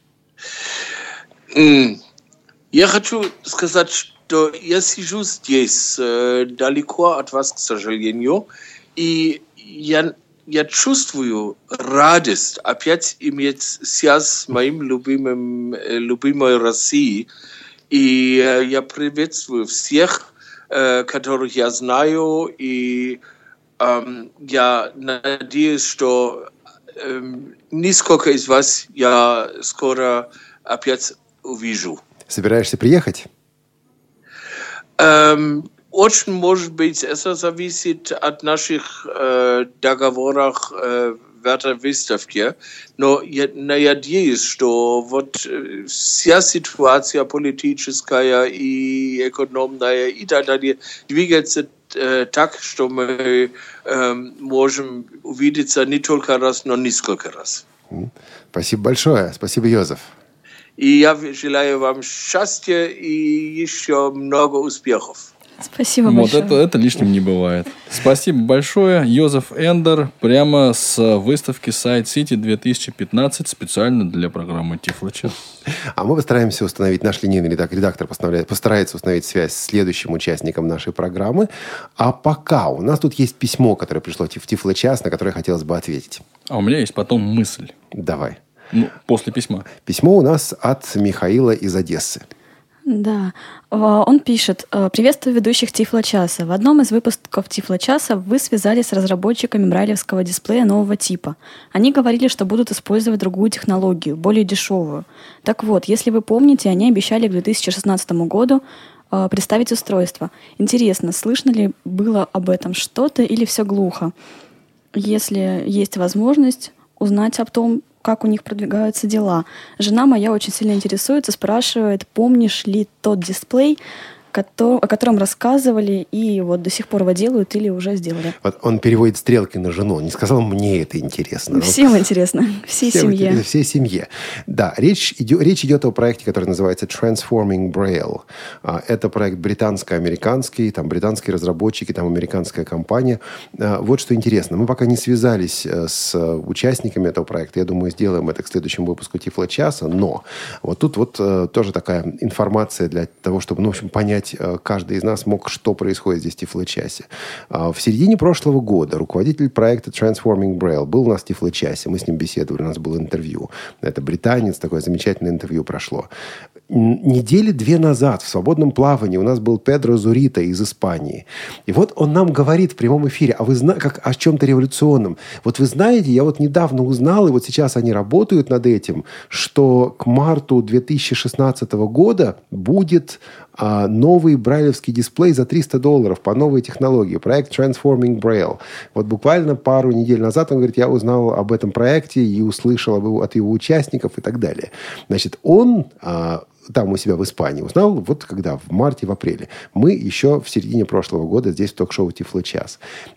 Я хочу сказать, что я сижу здесь, э, далеко от вас, к сожалению, и я... Я чувствую радость опять иметь связь с моим любимым, любимой Россией. И э, я приветствую всех, э, которых я знаю. И э, я надеюсь, что э, несколько из вас я скоро опять увижу. Собираешься приехать? Эм, очень, может быть, это зависит от наших э, договоров э, в этой выставке, но я надеюсь, что вот вся ситуация политическая и экономная и так далее двигается э, так, что мы э, можем увидеться не только раз, но несколько раз. Спасибо большое. Спасибо, Йозеф. И я желаю вам счастья и еще много успехов. Спасибо вот большое. Это, это лишним не бывает. Спасибо большое. Йозеф Эндер прямо с выставки Side City две тысячи пятнадцать специально для программы Тифлочас. А мы постараемся установить, наш линейный редактор постарается установить связь с следующим участником нашей программы. А пока у нас тут есть письмо, которое пришло в Тифлочас, на которое хотелось бы ответить. А у меня есть потом мысль. Давай. Ну, после письма. Письмо у нас от Михаила из Одессы. Да, он пишет: «Приветствую ведущих Тифлочаса. В одном из выпусков Тифлочаса вы связались с разработчиками брайлевского дисплея нового типа. Они говорили, что будут использовать другую технологию, более дешевую. Так вот, если вы помните, они обещали к две тысячи шестнадцатому году представить устройство. Интересно, слышно ли было об этом что-то или все глухо? Если есть возможность узнать об том, как у них продвигаются дела. Жена моя очень сильно интересуется, спрашивает, помнишь ли тот дисплей, о котором рассказывали и вот до сих пор его делают или уже сделали». Вот он переводит стрелки на жену. Не сказал, мне это интересно. Всем интересно. Всей Всем семье. Интересно, всей семье. Да, речь идет, речь идет о проекте, который называется Transforming Braille. Это проект британско-американский. Там британские разработчики, там американская компания. Вот что интересно. Мы пока не связались с участниками этого проекта. Я думаю, сделаем это к следующему выпуску Тифлочаса. Но вот тут вот тоже такая информация для того, чтобы, ну, в общем, понять, каждый из нас мог, что происходит здесь в Тифлочасе. В середине прошлого года руководитель проекта Transforming Braille был у нас в Тифлочасе. Мы с ним беседовали, у нас было интервью. Это британец, такое замечательное интервью прошло. Недели две назад в свободном плавании у нас был Педро Зурита из Испании. И вот он нам говорит в прямом эфире, а вы знаете, как о чем-то революционном. Вот вы знаете, я вот недавно узнал, и вот сейчас они работают над этим, что к марту две тысячи шестнадцатого года будет а, новый брайлевский дисплей за триста долларов по новой технологии. Проект Transforming Braille. Вот буквально пару недель назад он говорит, я узнал об этом проекте и услышал об его, от его участников и так далее. Значит, он... А, там у себя в Испании узнал, вот когда, в марте, в апреле. Мы еще в середине прошлого года здесь в ток-шоу «Тифлочас».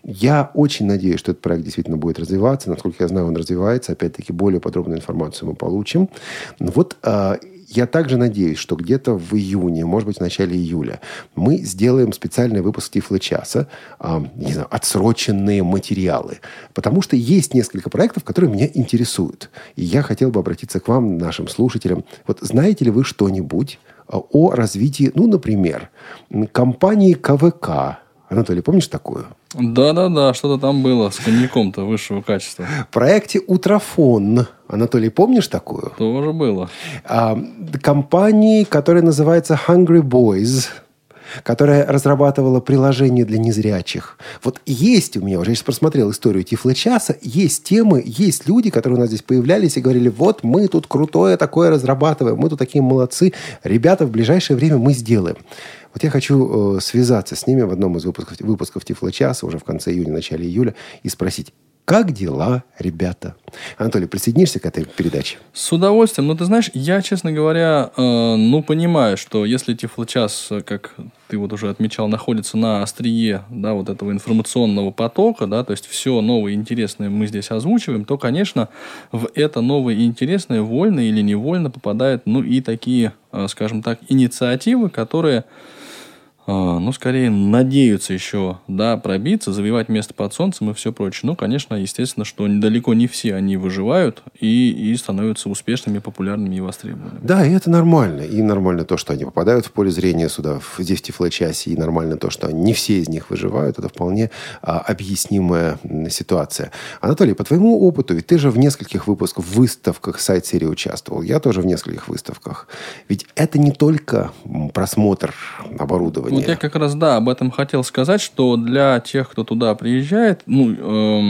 Я очень надеюсь, что этот проект действительно будет развиваться. Насколько я знаю, он развивается. Опять-таки, более подробную информацию мы получим. Вот э, я также надеюсь, что где-то в июне, может быть, в начале июля, мы сделаем специальный выпуск «Тифлочаса», э, не знаю, отсроченные материалы. Потому что есть несколько проектов, которые меня интересуют. И я хотел бы обратиться к вам, нашим слушателям. Вот знаете ли вы что-нибудь о развитии, ну, например, компании ка вэ ка? Анатолий, помнишь такую? Да-да-да, что-то там было с коньяком-то высшего качества. В проекте «Утрофон». Анатолий, помнишь такую? Тоже было. А, компании, которая называется Hungry Boys, которая разрабатывала приложение для незрячих. Вот есть у меня, уже я сейчас просмотрел историю Тифлочаса, есть темы, есть люди, которые у нас здесь появлялись и говорили, вот мы тут крутое такое разрабатываем, мы тут такие молодцы. Ребята, в ближайшее время мы сделаем. Вот я хочу э, связаться с ними в одном из выпусков, выпусков Тифлочаса уже в конце июня, начале июля и спросить, как дела, ребята? Анатолий, присоединишься к этой передаче? С удовольствием. Ну, ты знаешь, я, честно говоря, э, ну, понимаю, что если Тифлочас, как ты вот уже отмечал, находится на острие, да, вот этого информационного потока, да, то есть все новое и интересное мы здесь озвучиваем, то, конечно, в это новое и интересное вольно или невольно попадают, ну, и такие, э, скажем так, инициативы, которые... ну, скорее, надеются еще, да, пробиться, завоевать место под солнцем и все прочее. Ну, конечно, естественно, что далеко не все они выживают и, и становятся успешными, популярными и востребованными. Да, и это нормально. И нормально то, что они попадают в поле зрения сюда, здесь в Тифлочасе, и нормально то, что не все из них выживают. Это вполне а, объяснимая ситуация. Анатолий, по твоему опыту, ведь ты же в нескольких выпусках, в выставках сайт-серии участвовал. Я тоже в нескольких выставках. Ведь это не только просмотр оборудования. Вот я как раз, да, об этом хотел сказать, что для тех, кто туда приезжает, ну, эм,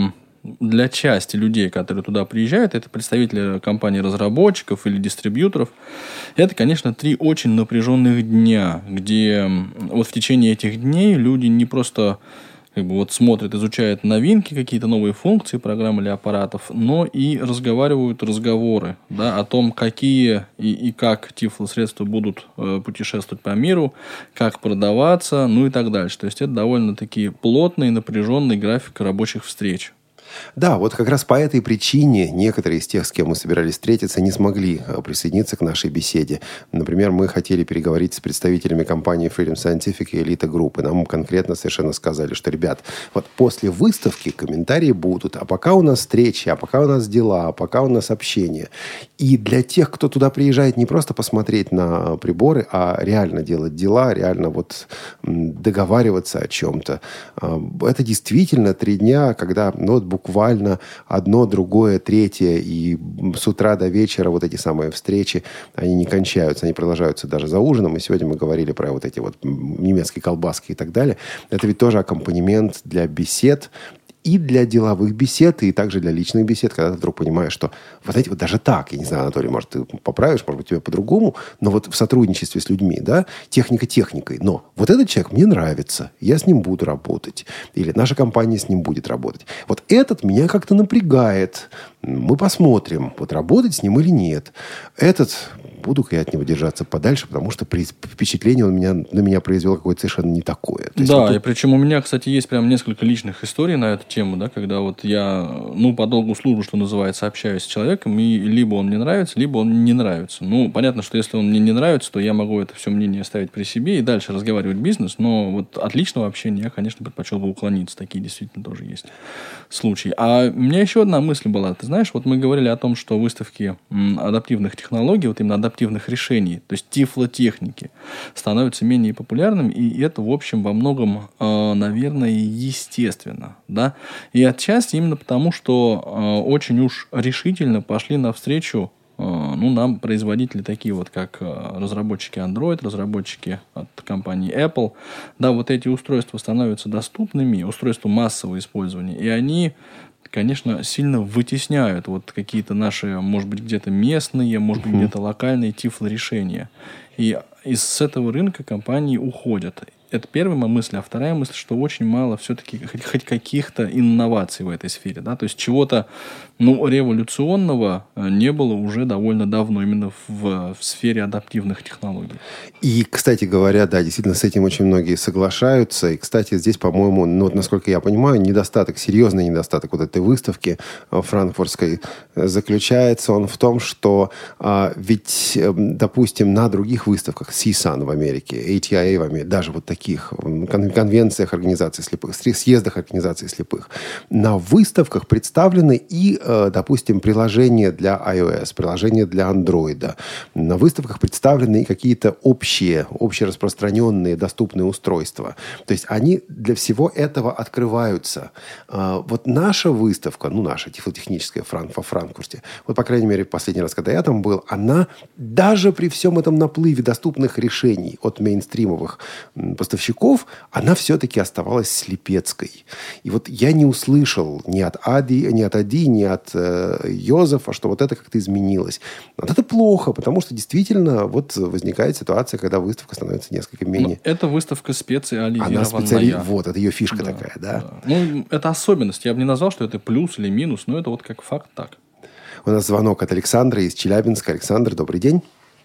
для части людей, которые туда приезжают, это представители компаний-разработчиков или дистрибьюторов, это, конечно, три очень напряженных дня, где вот в течение этих дней люди не просто как бы вот смотрят, изучают новинки, какие-то новые функции программ или аппаратов, но и разговаривают разговоры, да, о том, какие и, и как тифлосредства будут э, путешествовать по миру, как продаваться, ну и так дальше. То есть это довольно-таки плотный, напряженный график рабочих встреч. Да, вот как раз по этой причине некоторые из тех, с кем мы собирались встретиться, не смогли присоединиться к нашей беседе. Например, мы хотели переговорить с представителями компании Freedom Scientific и Elite Group, и нам конкретно совершенно сказали, что, ребят, вот после выставки комментарии будут, а пока у нас встречи, а пока у нас дела, а пока у нас общение. И для тех, кто туда приезжает не просто посмотреть на приборы, а реально делать дела, реально вот договариваться о чем-то, это действительно три дня, когда ну, вот буквально одно, другое, третье, и с утра до вечера вот эти самые встречи, они не кончаются, они продолжаются даже за ужином. И сегодня мы говорили про вот эти вот немецкие колбаски и так далее. Это ведь тоже аккомпанемент для бесед, и для деловых бесед, и также для личных бесед, когда ты вдруг понимаешь, что вот знаете, вот даже так, я не знаю, Анатолий, может, ты поправишь, может быть, тебе по-другому, но вот в сотрудничестве с людьми, да, техника техникой, но вот этот человек мне нравится, я с ним буду работать, или наша компания с ним будет работать. Вот этот меня как-то напрягает, мы посмотрим, вот работать с ним или нет. Этот, буду-ка я от него держаться подальше, потому что впечатление он меня, на меня произвел какое-то совершенно не такое. То есть да, вот и причем у меня, кстати, есть прям несколько личных историй на эту тему, да, когда вот я, ну, по долгу службы, что называется, общаюсь с человеком, и либо он мне нравится, либо он не нравится. Ну, понятно, что если он мне не нравится, то я могу это все мнение оставить при себе и дальше разговаривать бизнес, но вот от личного общения я, конечно, предпочел бы уклониться. Такие действительно тоже есть случаи. А у меня еще одна мысль была. Ты знаешь, вот мы говорили о том, что выставки адаптивных технологий, вот именно адаптивных решений, то есть тифлотехники, становятся менее популярными, и это, в общем, во многом, наверное, естественно, да. И отчасти именно потому, что э, очень уж решительно пошли навстречу э, ну, нам производители такие вот, как э, разработчики Android, разработчики от компании Apple. Да, вот эти устройства становятся доступными, устройства массового использования, и они, конечно, сильно вытесняют вот какие-то наши, может быть, где-то местные, может быть, где-то локальные тифлорешения. И из этого рынка компании уходят. Это первая моя мысль. А вторая мысль, что очень мало все-таки хоть, хоть каких-то инноваций в этой сфере. Да? То есть чего-то ну, революционного не было уже довольно давно именно в, в сфере адаптивных технологий. И, кстати говоря, да, действительно, с этим очень многие соглашаются. И, кстати, здесь, по-моему, ну, вот, насколько я понимаю, недостаток, серьезный недостаток вот этой выставки франкфуртской заключается он в том, что а, ведь, допустим, на других выставках, си сан в Америке, эй ти ай эй в Америке, даже вот таких конвенциях организаций слепых, съездах организаций слепых, на выставках представлены и, допустим, приложения для iOS, приложения для Android. На выставках представлены и какие-то общие, общераспространенные доступные устройства. То есть они для всего этого открываются. Вот наша выставка, ну, наша тифлотехническая во Франкфурте, вот, по крайней мере, последний раз, когда я там был, она даже при всем этом наплыве доступных решений от мейнстримовых поставщиков, она все-таки оставалась слепецкой. И вот я не услышал ни от Ади, ни от Ади, ни от э, Йозефа, что вот это как-то изменилось. Вот это плохо, потому что действительно вот возникает ситуация, когда выставка становится несколько менее... Ну, это выставка специализированная. Она специали... Вот, это ее фишка да, такая, да? да? Ну, это особенность. Я бы не назвал, что это плюс или минус, но это вот как факт так. У нас звонок от Александра из Челябинска. Александр, добрый день.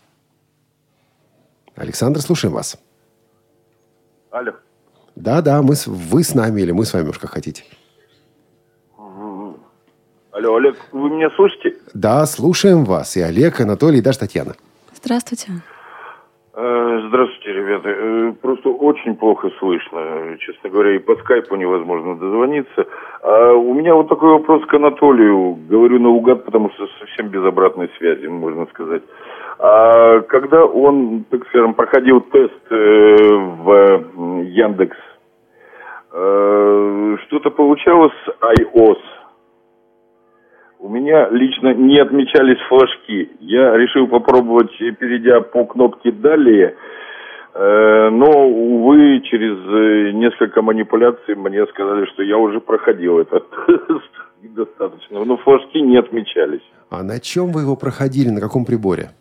Александр, слушаем вас. Алло. Да, да, мы с, вы с нами или мы с вами уж как хотите. Алло, Олег, вы меня слышите? Да, слушаем вас. И Олег, и Анатолий, и даже Татьяна. Здравствуйте. Здравствуйте, ребята. Просто очень плохо слышно. Честно говоря, и по скайпу невозможно дозвониться. А у меня вот такой вопрос к Анатолию. Говорю наугад, потому что совсем без обратной связи, можно сказать. А когда он, так скажем, проходил тест в Яндекс, что-то получалось с iOS. У меня лично не отмечались флажки. Я решил попробовать, перейдя по кнопке «Далее», но, увы, через несколько манипуляций мне сказали, что я уже проходил этот тест. И достаточно. Но флажки не отмечались. А на чем вы его проходили? На каком приборе?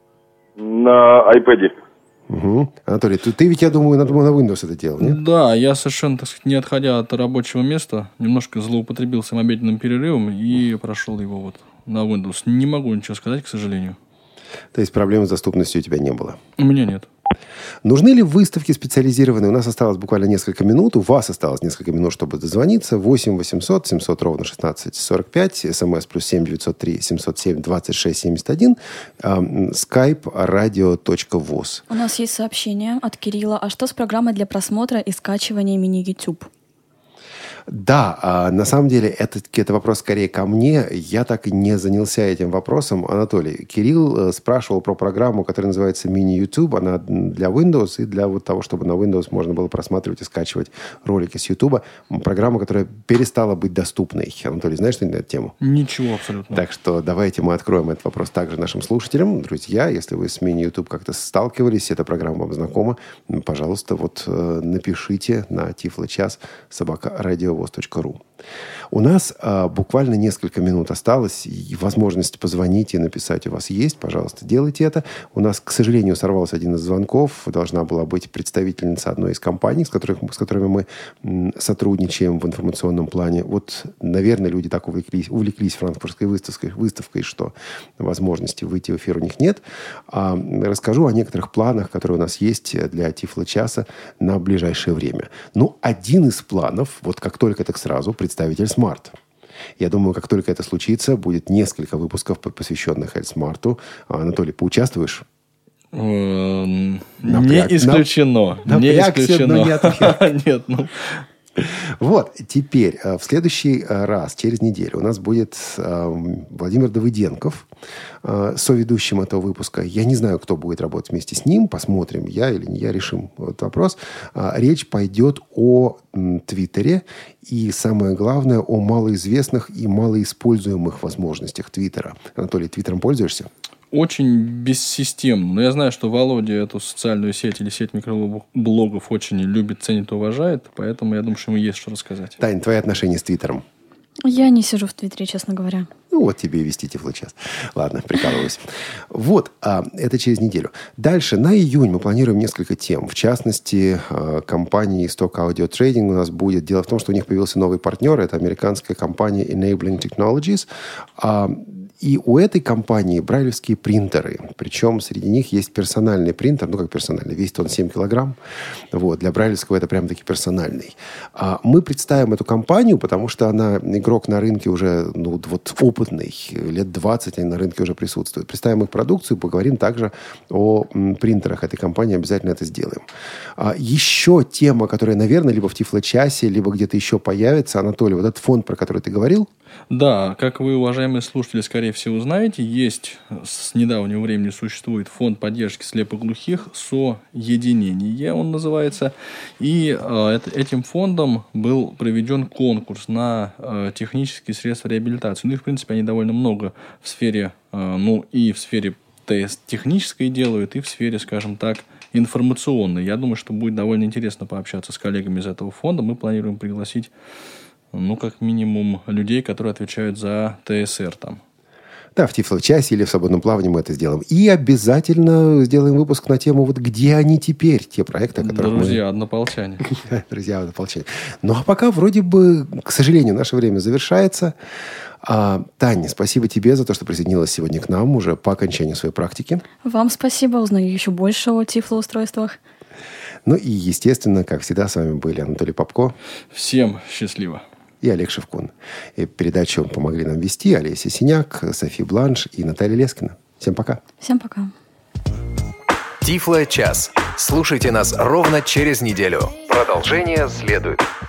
На iPad. Угу. Анатолий, ты, ты ведь, я думаю, на, на Windows это делал, нет? Да, я совершенно, так сказать, не отходя от рабочего места, немножко злоупотребил своим обеденным перерывом и прошел его вот на Windows. Не могу ничего сказать, к сожалению. То есть проблем с доступностью у тебя не было? У меня нет. Нужны ли выставки специализированные? У нас осталось буквально несколько минут. У вас осталось несколько минут, чтобы дозвониться. восемь восемьсот семьсот ровно шестнадцать сорок пять. СМС плюс семь девятьсот три семьсот семь двадцать шесть семьдесят один. Скайп радио точка воз. У нас есть сообщение от Кирилла. А что с программой для просмотра и скачивания мини-YouTube? Да, а на самом деле это, это вопрос скорее ко мне. Я так и не занялся этим вопросом. Анатолий, Кирилл спрашивал про программу, которая называется Mini-YouTube. Она для Windows и для вот того, чтобы на Windows можно было просматривать и скачивать ролики с YouTube. Программа, которая перестала быть доступной. Анатолий, знаешь что-нибудь на эту тему? Ничего абсолютно. Так что давайте мы откроем этот вопрос также нашим слушателям. Друзья, если вы с Mini-YouTube как-то сталкивались, эта программа вам знакома, пожалуйста, вот напишите на тифлочас собака радиовоз точка ру. У нас а, буквально несколько минут осталось, и возможность позвонить и написать у вас есть. Пожалуйста, делайте это. У нас, к сожалению, сорвался один из звонков. Должна была быть представительница одной из компаний, с, которых, с которыми мы м, сотрудничаем в информационном плане. Вот, наверное, люди так увлеклись, увлеклись франкфуртской выставкой, выставкой, что возможности выйти в эфир у них нет. А, расскажу о некоторых планах, которые у нас есть для Тифло-часа на ближайшее время. Ну, один из планов, вот как только так сразу, представитель Smart. Я думаю, как только это случится, будет несколько выпусков, посвященных Эльсмарту. Анатолий, поучаствуешь? Не исключено. Не исключено. Нет, ну... Вот, теперь, в следующий раз, через неделю, у нас будет Владимир Давыденков, соведущим этого выпуска. Я не знаю, кто будет работать вместе с ним. Посмотрим, я или не я, решим этот вопрос. Речь пойдет о Твиттере и, самое главное, о малоизвестных и малоиспользуемых возможностях Твиттера. Анатолий, Твиттером пользуешься? Очень бессистемно. Но я знаю, что Володя эту социальную сеть или сеть микроблогов очень любит, ценит и уважает. Поэтому я думаю, что ему есть что рассказать. Тань, твои отношения с Твиттером? Я не сижу в Твиттере, честно говоря. Ну, вот тебе и вести Тифло-час. Ладно, прикалываюсь. Вот, а, это через неделю. Дальше, на июнь мы планируем несколько тем. В частности, а, компании Stock Audio Trading у нас будет. Дело в том, что у них появился новый партнер. Это американская компания Enabling Technologies. А, и у этой компании брайлевские принтеры. Причем среди них есть персональный принтер. Ну, как персональный? Весит он семь килограмм. Вот, для брайлевского это прям-таки персональный. А, мы представим эту компанию, потому что она игрок на рынке уже, ну, вот опытный. Лет двадцать они на рынке уже присутствуют. Представим их продукцию, поговорим также о м, принтерах этой компании. Обязательно это сделаем. А, еще тема, которая, наверное, либо в Тифло-часе, либо где-то еще появится. Анатолий, вот этот фонд, про который ты говорил? Да, как вы, уважаемые слушатели, скорее всего, знаете, есть, с недавнего времени существует фонд поддержки слепоглухих «Соединение», он называется. И э, этим фондом был проведен конкурс на э, технические средства реабилитации. Ну и, в принципе, они довольно много в сфере, э, ну и в сфере тест технической делают, и в сфере, скажем так, информационной. Я думаю, что будет довольно интересно пообщаться с коллегами из этого фонда. Мы планируем пригласить, ну, как минимум, людей, которые отвечают за ТСР там. Да, в Тифло-часе или в свободном плавании мы это сделаем. И обязательно сделаем выпуск на тему, вот где они теперь, те проекты, о которых Друзья, мы... однополчане. Друзья, однополчане. Ну, а пока вроде бы, к сожалению, наше время завершается. А, Таня, спасибо тебе за то, что присоединилась сегодня к нам уже по окончанию своей практики. Вам спасибо, узнаю еще больше о тифлоустройствах. Ну и, естественно, как всегда, с вами были Анатолий Попко. Всем счастливо. И Олег Шевкун. И передачу помогли нам вести Олеся Синяк, София Бланш и Наталья Лескина. Всем пока. Всем пока. Тифло-час. Слушайте нас ровно через неделю. Продолжение следует.